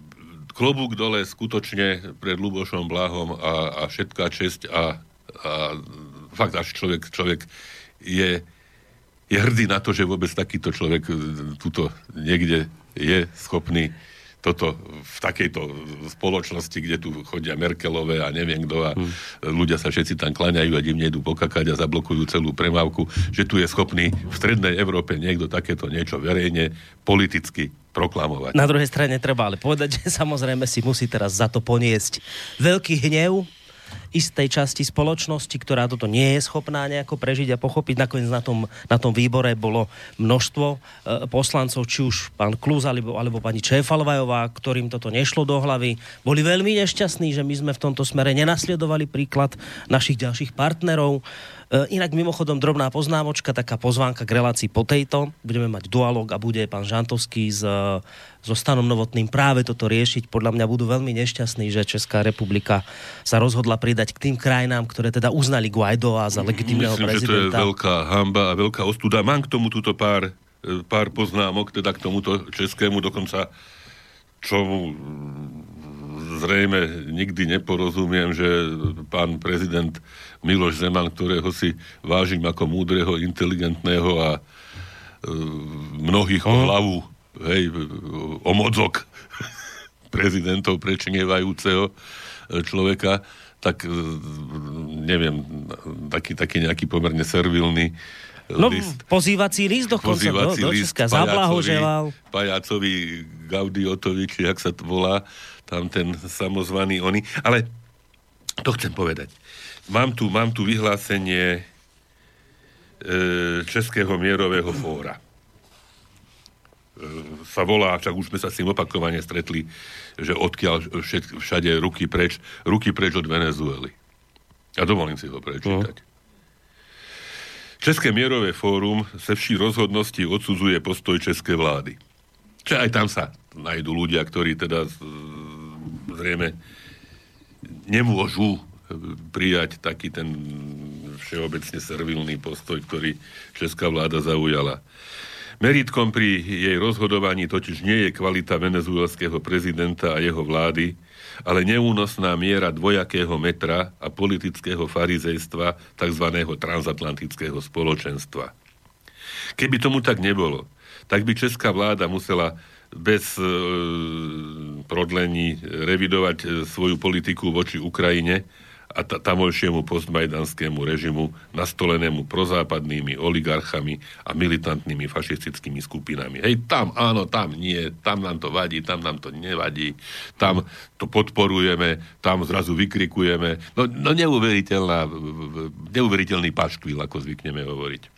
klobúk dole skutočne pred Ľubošom Blahom a, a všetká česť a, a fakt až človek, človek je, je hrdý na to, že vôbec takýto človek tuto niekde je schopný toto v takejto spoločnosti, kde tu chodia Merkelové a neviem kto a hmm. ľudia sa všetci tam klaňajú a divne idú pokakať a zablokujú celú premávku, že tu je schopný v strednej Európe niekto takéto niečo verejne politicky proklamovať. Na druhej strane treba ale povedať, že samozrejme si musí teraz za to poniesť veľký hnev istej časti spoločnosti, ktorá toto nie je schopná nejako prežiť a pochopiť. Nakoniec na tom, na tom výbore bolo množstvo e, poslancov, či už pán Klus alebo, alebo pani Čéfalvajová, ktorým toto nešlo do hlavy. Boli veľmi nešťastní, že my sme v tomto smere nenasledovali príklad našich ďalších partnerov. E, inak mimochodom drobná poznámočka, taká pozvánka k relácii po tejto. Budeme mať dualog a bude pán Žantovský z, so Stanom Novotným práve toto riešiť. Podľa mňa budú veľmi nešťastní, že Česká republika sa rozhodla pridať k tým krajinám, ktoré teda uznali Guaidoa za legitímneho prezidenta. Myslím, že to je veľká hanba a veľká ostuda. Mám k tomu túto pár, pár poznámok, teda k tomuto českému, dokonca čomu zrejme nikdy neporozumiem, že pán prezident Miloš Zeman, ktorého si vážim ako múdreho, inteligentného a e, mnohých o hlavu, hej, o mozog prezidentov prečnievajúceho človeka, tak neviem, taký, taký nejaký pomerne servilný no, list. Pozývací list dokonca pozývací do, do Česka. Zablahoželal. Pajácovi Gaudiotovi, či jak sa to volá, tam ten samozvaný oni. Ale to chcem povedať. Mám tu, mám tu vyhlásenie e, Českého mierového fóra. E, sa volá, však už sme sa s tým opakovane stretli, že odkiaľ všet, všade ruky preč, ruky preč od Venezuely. A dovolím si ho prečítať. No. České mierové fórum se vší rozhodnosti odsudzuje postoj české vlády. Čiže aj tam sa nájdú ľudia, ktorí teda zrejme nemôžu prijať taký ten všeobecne servilný postoj, ktorý česká vláda zaujala. Meritkom pri jej rozhodovaní totiž nie je kvalita venezuelského prezidenta a jeho vlády, ale neúnosná miera dvojakého metra a politického farizejstva tzv. Transatlantického spoločenstva. Keby tomu tak nebolo, tak by česká vláda musela bez e, prodlení revidovať e, svoju politiku voči Ukrajine a ta, tamojšiemu postmajdanskému režimu nastolenému prozápadnými oligarchami a militantnými fašistickými skupinami. Hej, tam áno, tam nie, tam nám to vadí, tam nám to nevadí, tam to podporujeme, tam zrazu vykrikujeme. No, no neuveriteľná, neuveriteľný paštvil, ako zvykneme hovoriť.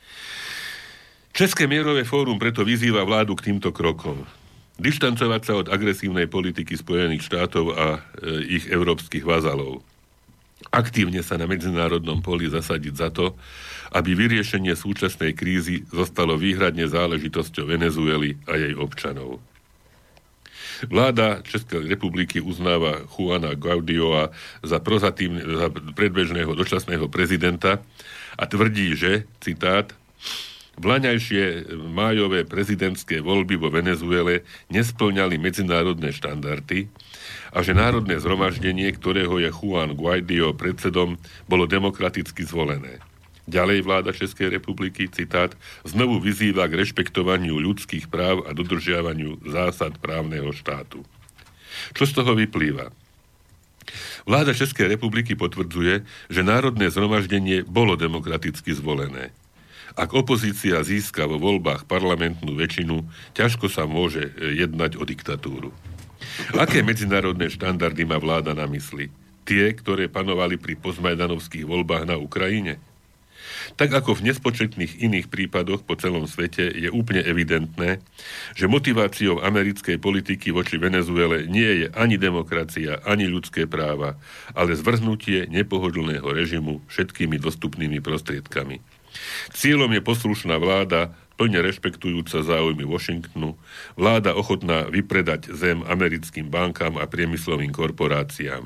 České mierové fórum preto vyzýva vládu k týmto krokom. Dištancovať sa od agresívnej politiky Spojených štátov a e, ich európskych vazalov. Aktívne sa na medzinárodnom poli zasadiť za to, aby vyriešenie súčasnej krízy zostalo výhradne záležitosťou Venezuely a jej občanov. Vláda Českej republiky uznáva Juana Guaidoa za, za predbežného dočasného prezidenta a tvrdí, že, citát, vlaňajšie májové prezidentské voľby vo Venezuele nespĺňali medzinárodné štandardy a že národné zhromaždenie, ktorého je Juan Guaido predsedom, bolo demokraticky zvolené. Ďalej vláda Českej republiky, citát, znovu vyzýva k rešpektovaniu ľudských práv a dodržiavaniu zásad právneho štátu. Čo z toho vyplýva? Vláda Českej republiky potvrdzuje, že národné zhromaždenie bolo demokraticky zvolené. Ak opozícia získa vo voľbách parlamentnú väčšinu, ťažko sa môže jednať o diktatúru. Aké medzinárodné štandardy má vláda na mysli? Tie, ktoré panovali pri postmajdanovských voľbách na Ukrajine? Tak ako v nespočetných iných prípadoch po celom svete je úplne evidentné, že motiváciou americkej politiky voči Venezuele nie je ani demokracia, ani ľudské práva, ale zvrhnutie nepohodlného režimu všetkými dostupnými prostriedkami. Cieľom je poslušná vláda, plne rešpektujúca záujmy Washingtonu, vláda ochotná vypredať zem americkým bankám a priemyslovým korporáciám.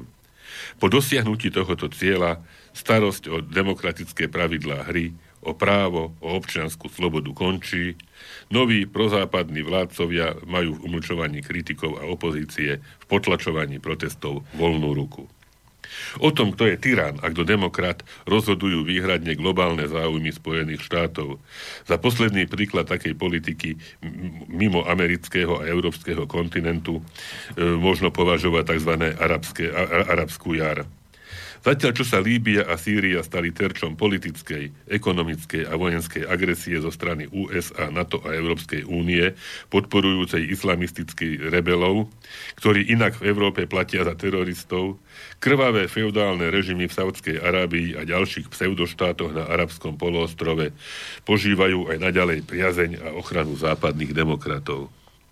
Po dosiahnutí tohoto cieľa starosť o demokratické pravidlá hry, o právo, o občiansku slobodu končí. Noví prozápadní vládcovia majú v umlčovaní kritikov a opozície, v potlačovaní protestov voľnú ruku. O tom, kto je tyran a kto demokrat, rozhodujú výhradne globálne záujmy Spojených štátov. Za posledný príklad takej politiky mimo amerického a európskeho kontinentu e, možno považovať tzv. Arabské, a, arabskú jar. Zatiaľ, čo sa Líbia a Sýria stali terčom politickej, ekonomickej a vojenskej agresie zo strany ú es á, NATO a Európskej únie, podporujúcej islamistických rebelov, ktorí inak v Európe platia za teroristov, krvavé feudálne režimy v Saudskej Arábii a ďalších pseudoštátoch na arabskom poloostrove požívajú aj naďalej priazeň a ochranu západných demokratov.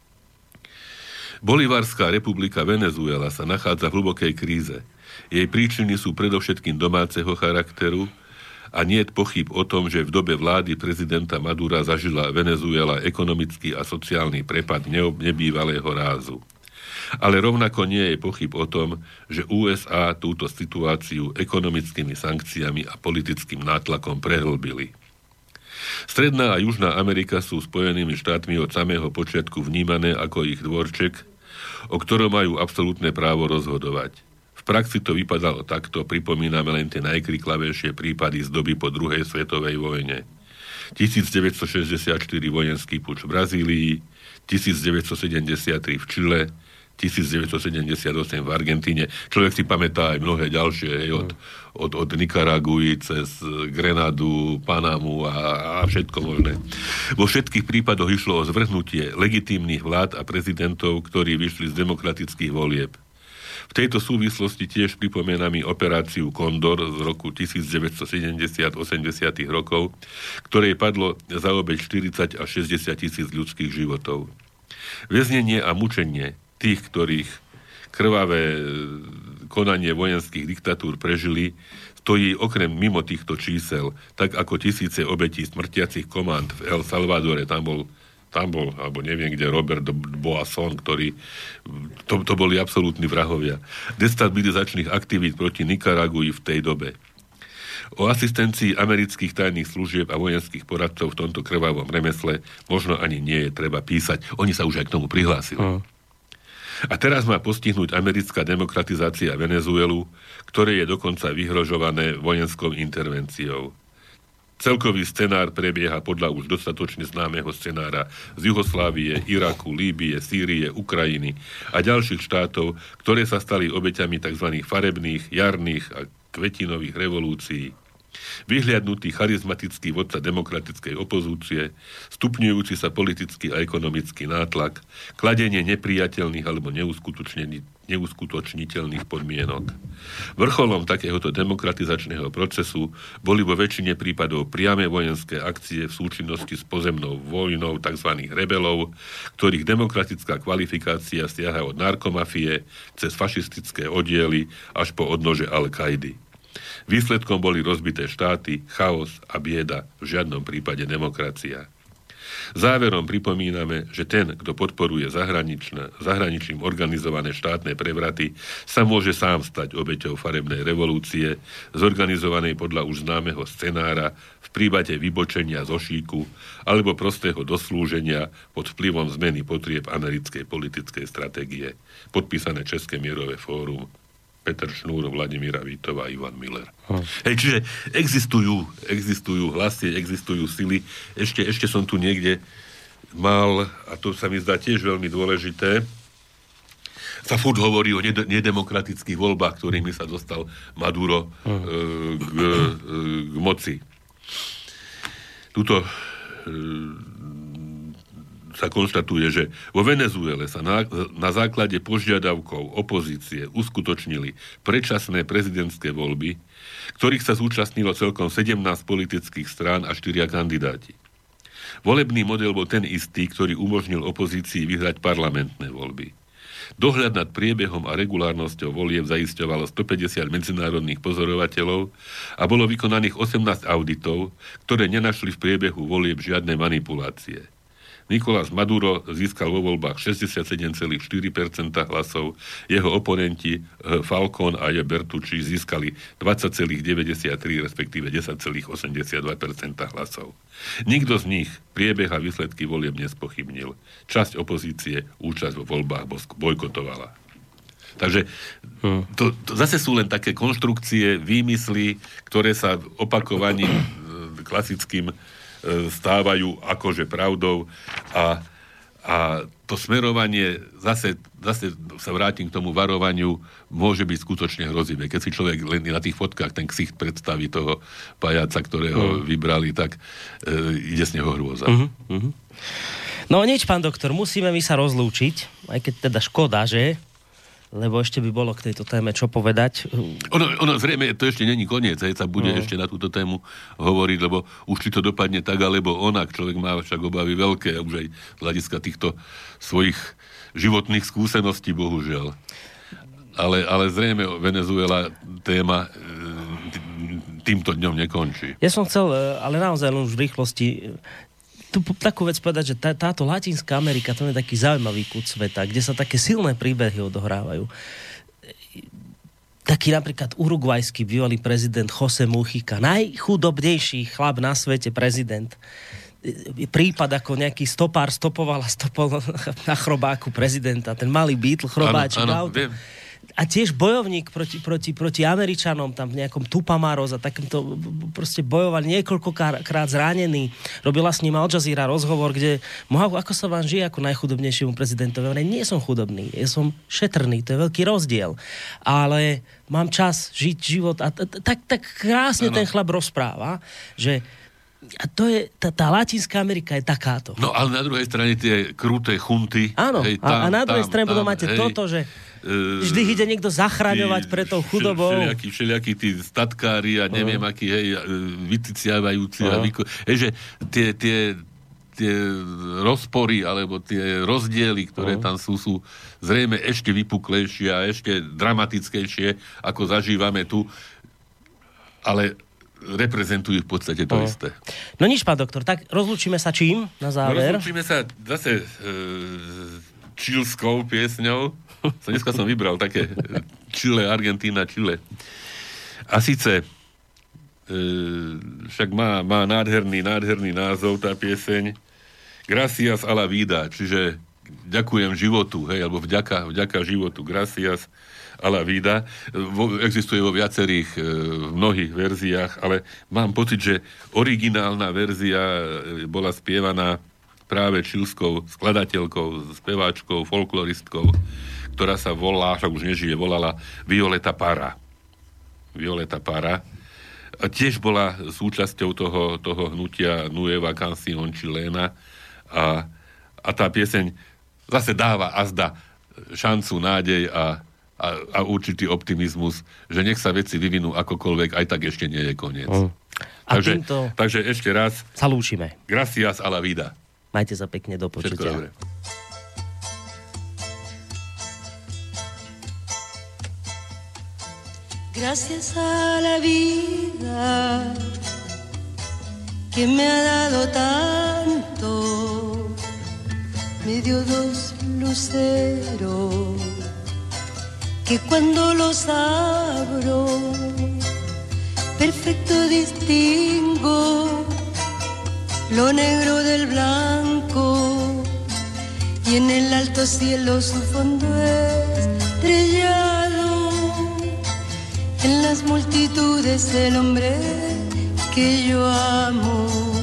Bolivárska republika Venezuela sa nachádza v hlbokej kríze. Jej príčiny sú predovšetkým domáceho charakteru a nie je pochyb o tom, že v dobe vlády prezidenta Madura zažila Venezuela ekonomický a sociálny prepad nebývalého rázu. Ale rovnako nie je pochyb o tom, že ú es á túto situáciu ekonomickými sankciami a politickým nátlakom prehlbili. Stredná a Južná Amerika sú Spojenými štátmi od samého počiatku vnímané ako ich dvorček, o ktorom majú absolútne právo rozhodovať. V praxi to vypadalo takto, pripomíname len tie najkriklavejšie prípady z doby po druhej svetovej vojne. tisícdeväťstošesťdesiatštyri vojenský puč v Brazílii, tisícdeväťstosedemdesiattri v Čile, tisícdeväťstosedemdesiatosem v Argentíne. Človek si pamätá aj mnohé ďalšie, hej, od, od, od Nikaraguji cez Grenadu, Panamu a, a všetko možné. Vo všetkých prípadoch išlo o zvrhnutie legitímnych vlád a prezidentov, ktorí vyšli z demokratických volieb. V tejto súvislosti tiež pripomíname operáciu Kondor z roku devätnásťsedemdesiat osemdesiatych rokov, ktorej padlo za obeť štyridsať až šesťdesiat tisíc ľudských životov. Väznenie a mučenie tých, ktorých krvavé konanie vojenských diktatúr prežili, stojí okrem mimo týchto čísel, tak ako tisíce obetí smrtiacich kománd v El Salvadore, tam bol tam bol, alebo neviem kde, Robert Boasson, ktorý, to, to boli absolútni vrahovia. Destabilizačných aktivít proti Nikaragui v tej dobe. O asistencii amerických tajných služieb a vojenských poradcov v tomto krvavom remesle možno ani nie je treba písať. Oni sa už aj k tomu prihlásili. Uh. A teraz má postihnúť americká demokratizácia Venezuelu, ktoré je dokonca vyhrožované vojenskou intervenciou. Celkový scenár prebieha podľa už dostatočne známeho scenára z Juhoslávie, Iraku, Líbie, Sýrie, Ukrajiny a ďalších štátov, ktoré sa stali obeťami tzv. Farebných, jarných a kvetinových revolúcií. Vyhliadnutý charizmatický vodca demokratickej opozície, stupňujúci sa politický a ekonomický nátlak, kladenie nepriateľných alebo neuskutočniteľných podmienok. Vrcholom takéhoto demokratizačného procesu boli vo väčšine prípadov priame vojenské akcie v súčinnosti s pozemnou vojnou tzv. Rebelov, ktorých demokratická kvalifikácia siaha od narkomafie cez fašistické oddiely až po odnože Al-Kaidy. Výsledkom boli rozbité štáty, chaos a bieda, v žiadnom prípade demokracia. Záverom pripomíname, že ten, kto podporuje zahraničím organizované štátne prevraty, sa môže sám stať obeťou farebnej revolúcie, zorganizovanej podľa už známeho scenára v prípade vybočenia zo šíku alebo prostého doslúženia pod vplyvom zmeny potrieb americkej politickej stratégie. Podpísané České mierové fórum, Petr Šnúr, Vladimíra Vítová a Ivan Miller. Hm. Hej, čiže existujú, existujú hlasy, existujú sily. Ešte, ešte som tu niekde mal, a to sa mi zdá tiež veľmi dôležité, sa furt hovorí o ned- nedemokratických voľbách, ktorými sa dostal Maduro hm. e, k, e, k moci. Tuto e, sa konštatuje, že vo Venezuele sa na, na základe požiadavkov opozície uskutočnili predčasné prezidentské voľby, ktorých sa zúčastnilo celkom sedemnásť politických strán a štyria kandidáti. Volebný model bol ten istý, ktorý umožnil opozícii vyhrať parlamentné voľby. Dohľad nad priebehom a regulárnosťou volieb zaisťovalo stopäťdesiat medzinárodných pozorovateľov a bolo vykonaných osemnásť auditov, ktoré nenašli v priebehu volieb žiadne manipulácie. Nicolás Maduro získal vo voľbách šesťdesiatsedem celá štyri percenta hlasov, jeho oponenti Falcón a Bertucci získali dvadsať celá deväťdesiattri, respektíve desať celá osemdesiatdva percenta hlasov. Nikto z nich priebeh a výsledky volieb nespochybnil. Časť opozície účasť vo voľbách bojkotovala. Takže to, to zase sú len také konštrukcie, výmysly, ktoré sa opakovaním klasickým stávajú akože pravdou a, a to smerovanie, zase, zase sa vrátim k tomu varovaniu, môže byť skutočne hrozivé. Keď si človek len na tých fotkách ten ksicht predstaví toho pajaca, ktorého mm. vybrali, tak e, ide z neho hrôza. Mm-hmm, mm-hmm. No nič, pán doktor, musíme my sa rozlúčiť, aj keď teda škoda, že? Lebo ešte by bolo k tejto téme čo povedať. Ono, ono zrejme, to ešte není koniec, hej, sa bude no. ešte na túto tému hovoriť, lebo už či to dopadne tak, alebo onak, človek má však obavy veľké, už aj z hľadiska týchto svojich životných skúseností, bohužiaľ. Ale, ale zrejme Venezuela téma týmto dňom nekončí. Ja som chcel, ale naozaj len už v rýchlosti tu takú vec povedať, že tá, táto Latinská Amerika, to je taký zaujímavý kút sveta, kde sa také silné príbehy odohrávajú. Taký napríklad urugvajský bývalý prezident José Mujica, najchudobnejší chlap na svete prezident. Prípad, ako nejaký stopár stopoval a stopol na chrobáku prezidenta, ten malý Beatle, chrobáčik auto. A tiež bojovník proti, proti, proti Američanom, tam v nejakom Tupamaros a takýmto proste bojoval niekoľkokrát zranený. Robila s ním Al Jazeera rozhovor, kde mohol, ako sa vám žije ako najchudobnejšiemu prezidentovi. Ale nie som chudobný, ja som šetrný, to je veľký rozdiel. Ale mám čas žiť život a tak, tak krásne ten chlap rozpráva, že a to je, tá, tá Latinská Amerika je takáto. No ale na druhej strane tie kruté chunty. Áno, hej, tam, a, a na druhej tam, strane potom máte hej, toto, že vždy ide niekto zachraňovať pre tou chudobou. Všelijakí, všelijakí tí statkári a neviem, uh. akí, hej, vyticiavajúci. Uh. A vyko... Hej, že tie, tie, tie rozpory, alebo tie rozdiely, ktoré uh. tam sú, sú zrejme ešte vypuklejšie a ešte dramatickejšie, ako zažívame tu. Ale reprezentujú v podstate to uh. isté. No nič, pán doktor, tak rozlúčime sa čím na záver? No, rozlúčime sa zase e, čilskou piesňou. Dneska som vybral také Chile, Argentína, Chile. A síce e, však má, má nádherný, nádherný názov tá pieseň Gracias a la vida, čiže ďakujem životu, hej, alebo vďaka, vďaka životu. Gracias a la vida. Vo, existuje vo viacerých, e, v mnohých verziách, ale mám pocit, že originálna verzia bola spievaná práve čilskou skladateľkou, speváčkou, folkloristkou, ktorá sa volá, však už nežije, volala Violeta Parra. Violeta Parra. A tiež bola súčasťou toho, toho hnutia Nueva Canción Chilena a, a tá pieseň zase dáva azda šancu, nádej a, a, a určitý optimizmus, že nech sa veci vyvinú akokoľvek, aj tak ešte nie je koniec. Mm. Takže, takže ešte raz sa lúčime. Gracias a la vida. Majte sa pekne, do počutia. Všetko dobre. Gracias a la vida que me ha dado tanto, me dio dos luceros que cuando los abro perfecto distingo lo negro del blanco y en el alto cielo su fondo estrellado, en las multitudes el hombre que yo amo.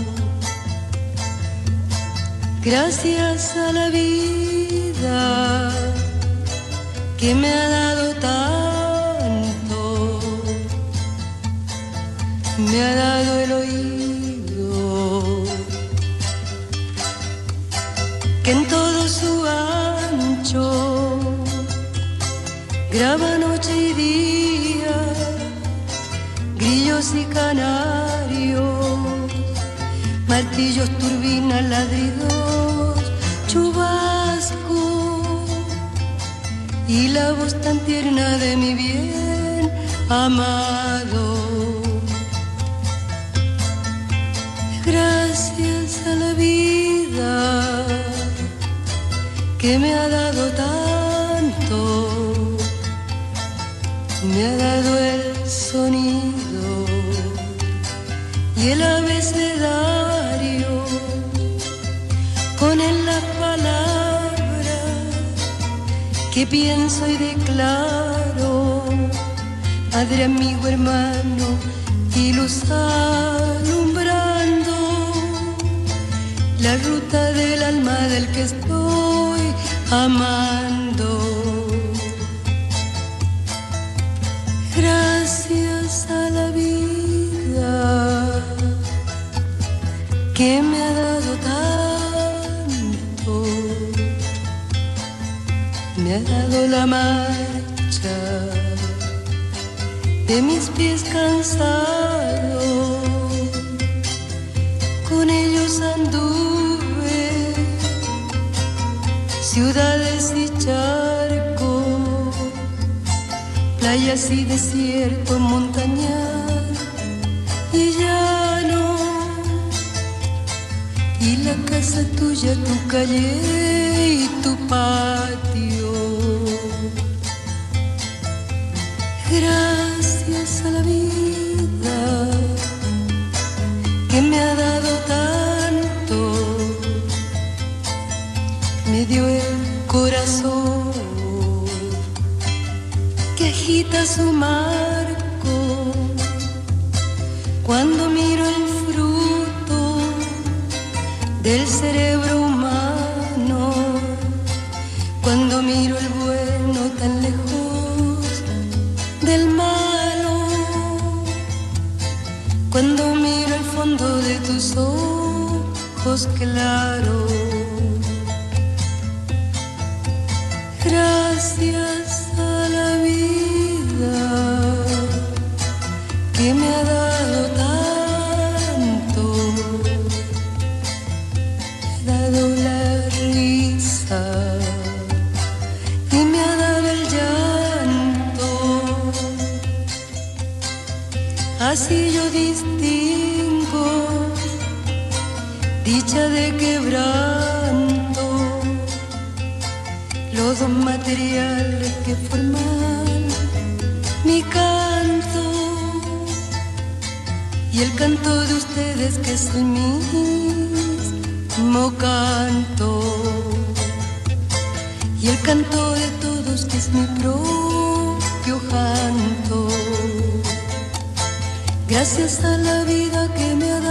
Gracias a la vida que me ha dado tanto, me ha dado el oído que en todo su ancho graba noche y día, grillos y canarios, martillos, turbinas, ladridos, chubasco y la voz tan tierna de mi bien amado. Gracias a la vida que me ha dado tanto, me ha dado el sonido y el abecedario, con él las palabras que pienso y declaro, Padre, amigo, hermano, y luz alumbrando la ruta del alma del que estoy amando. Gracias a la vida que me ha dado tanto, me ha dado la marcha de mis pies cansados, con ellos anduve ciudades y charcos, playas y desierto, montañas y llano, y la casa tuya, tu calle y tu patio. Gracias a la vida que me ha dado tanto, me dio el corazón que agita su marco cuando miro el fruto del cerebro humano, cuando miro el bueno tan lejos del malo, cuando miro el fondo de tus ojos claros. Gracias a la vida que me ha dado tanto, me ha dado la risa y me ha dado el llanto. Así yo distingo dicha de quebranto, los dos materiales que forman mi canto, y el canto de ustedes que es el mismo canto, y el canto de todos que es mi propio canto. Gracias a la vida que me ha dado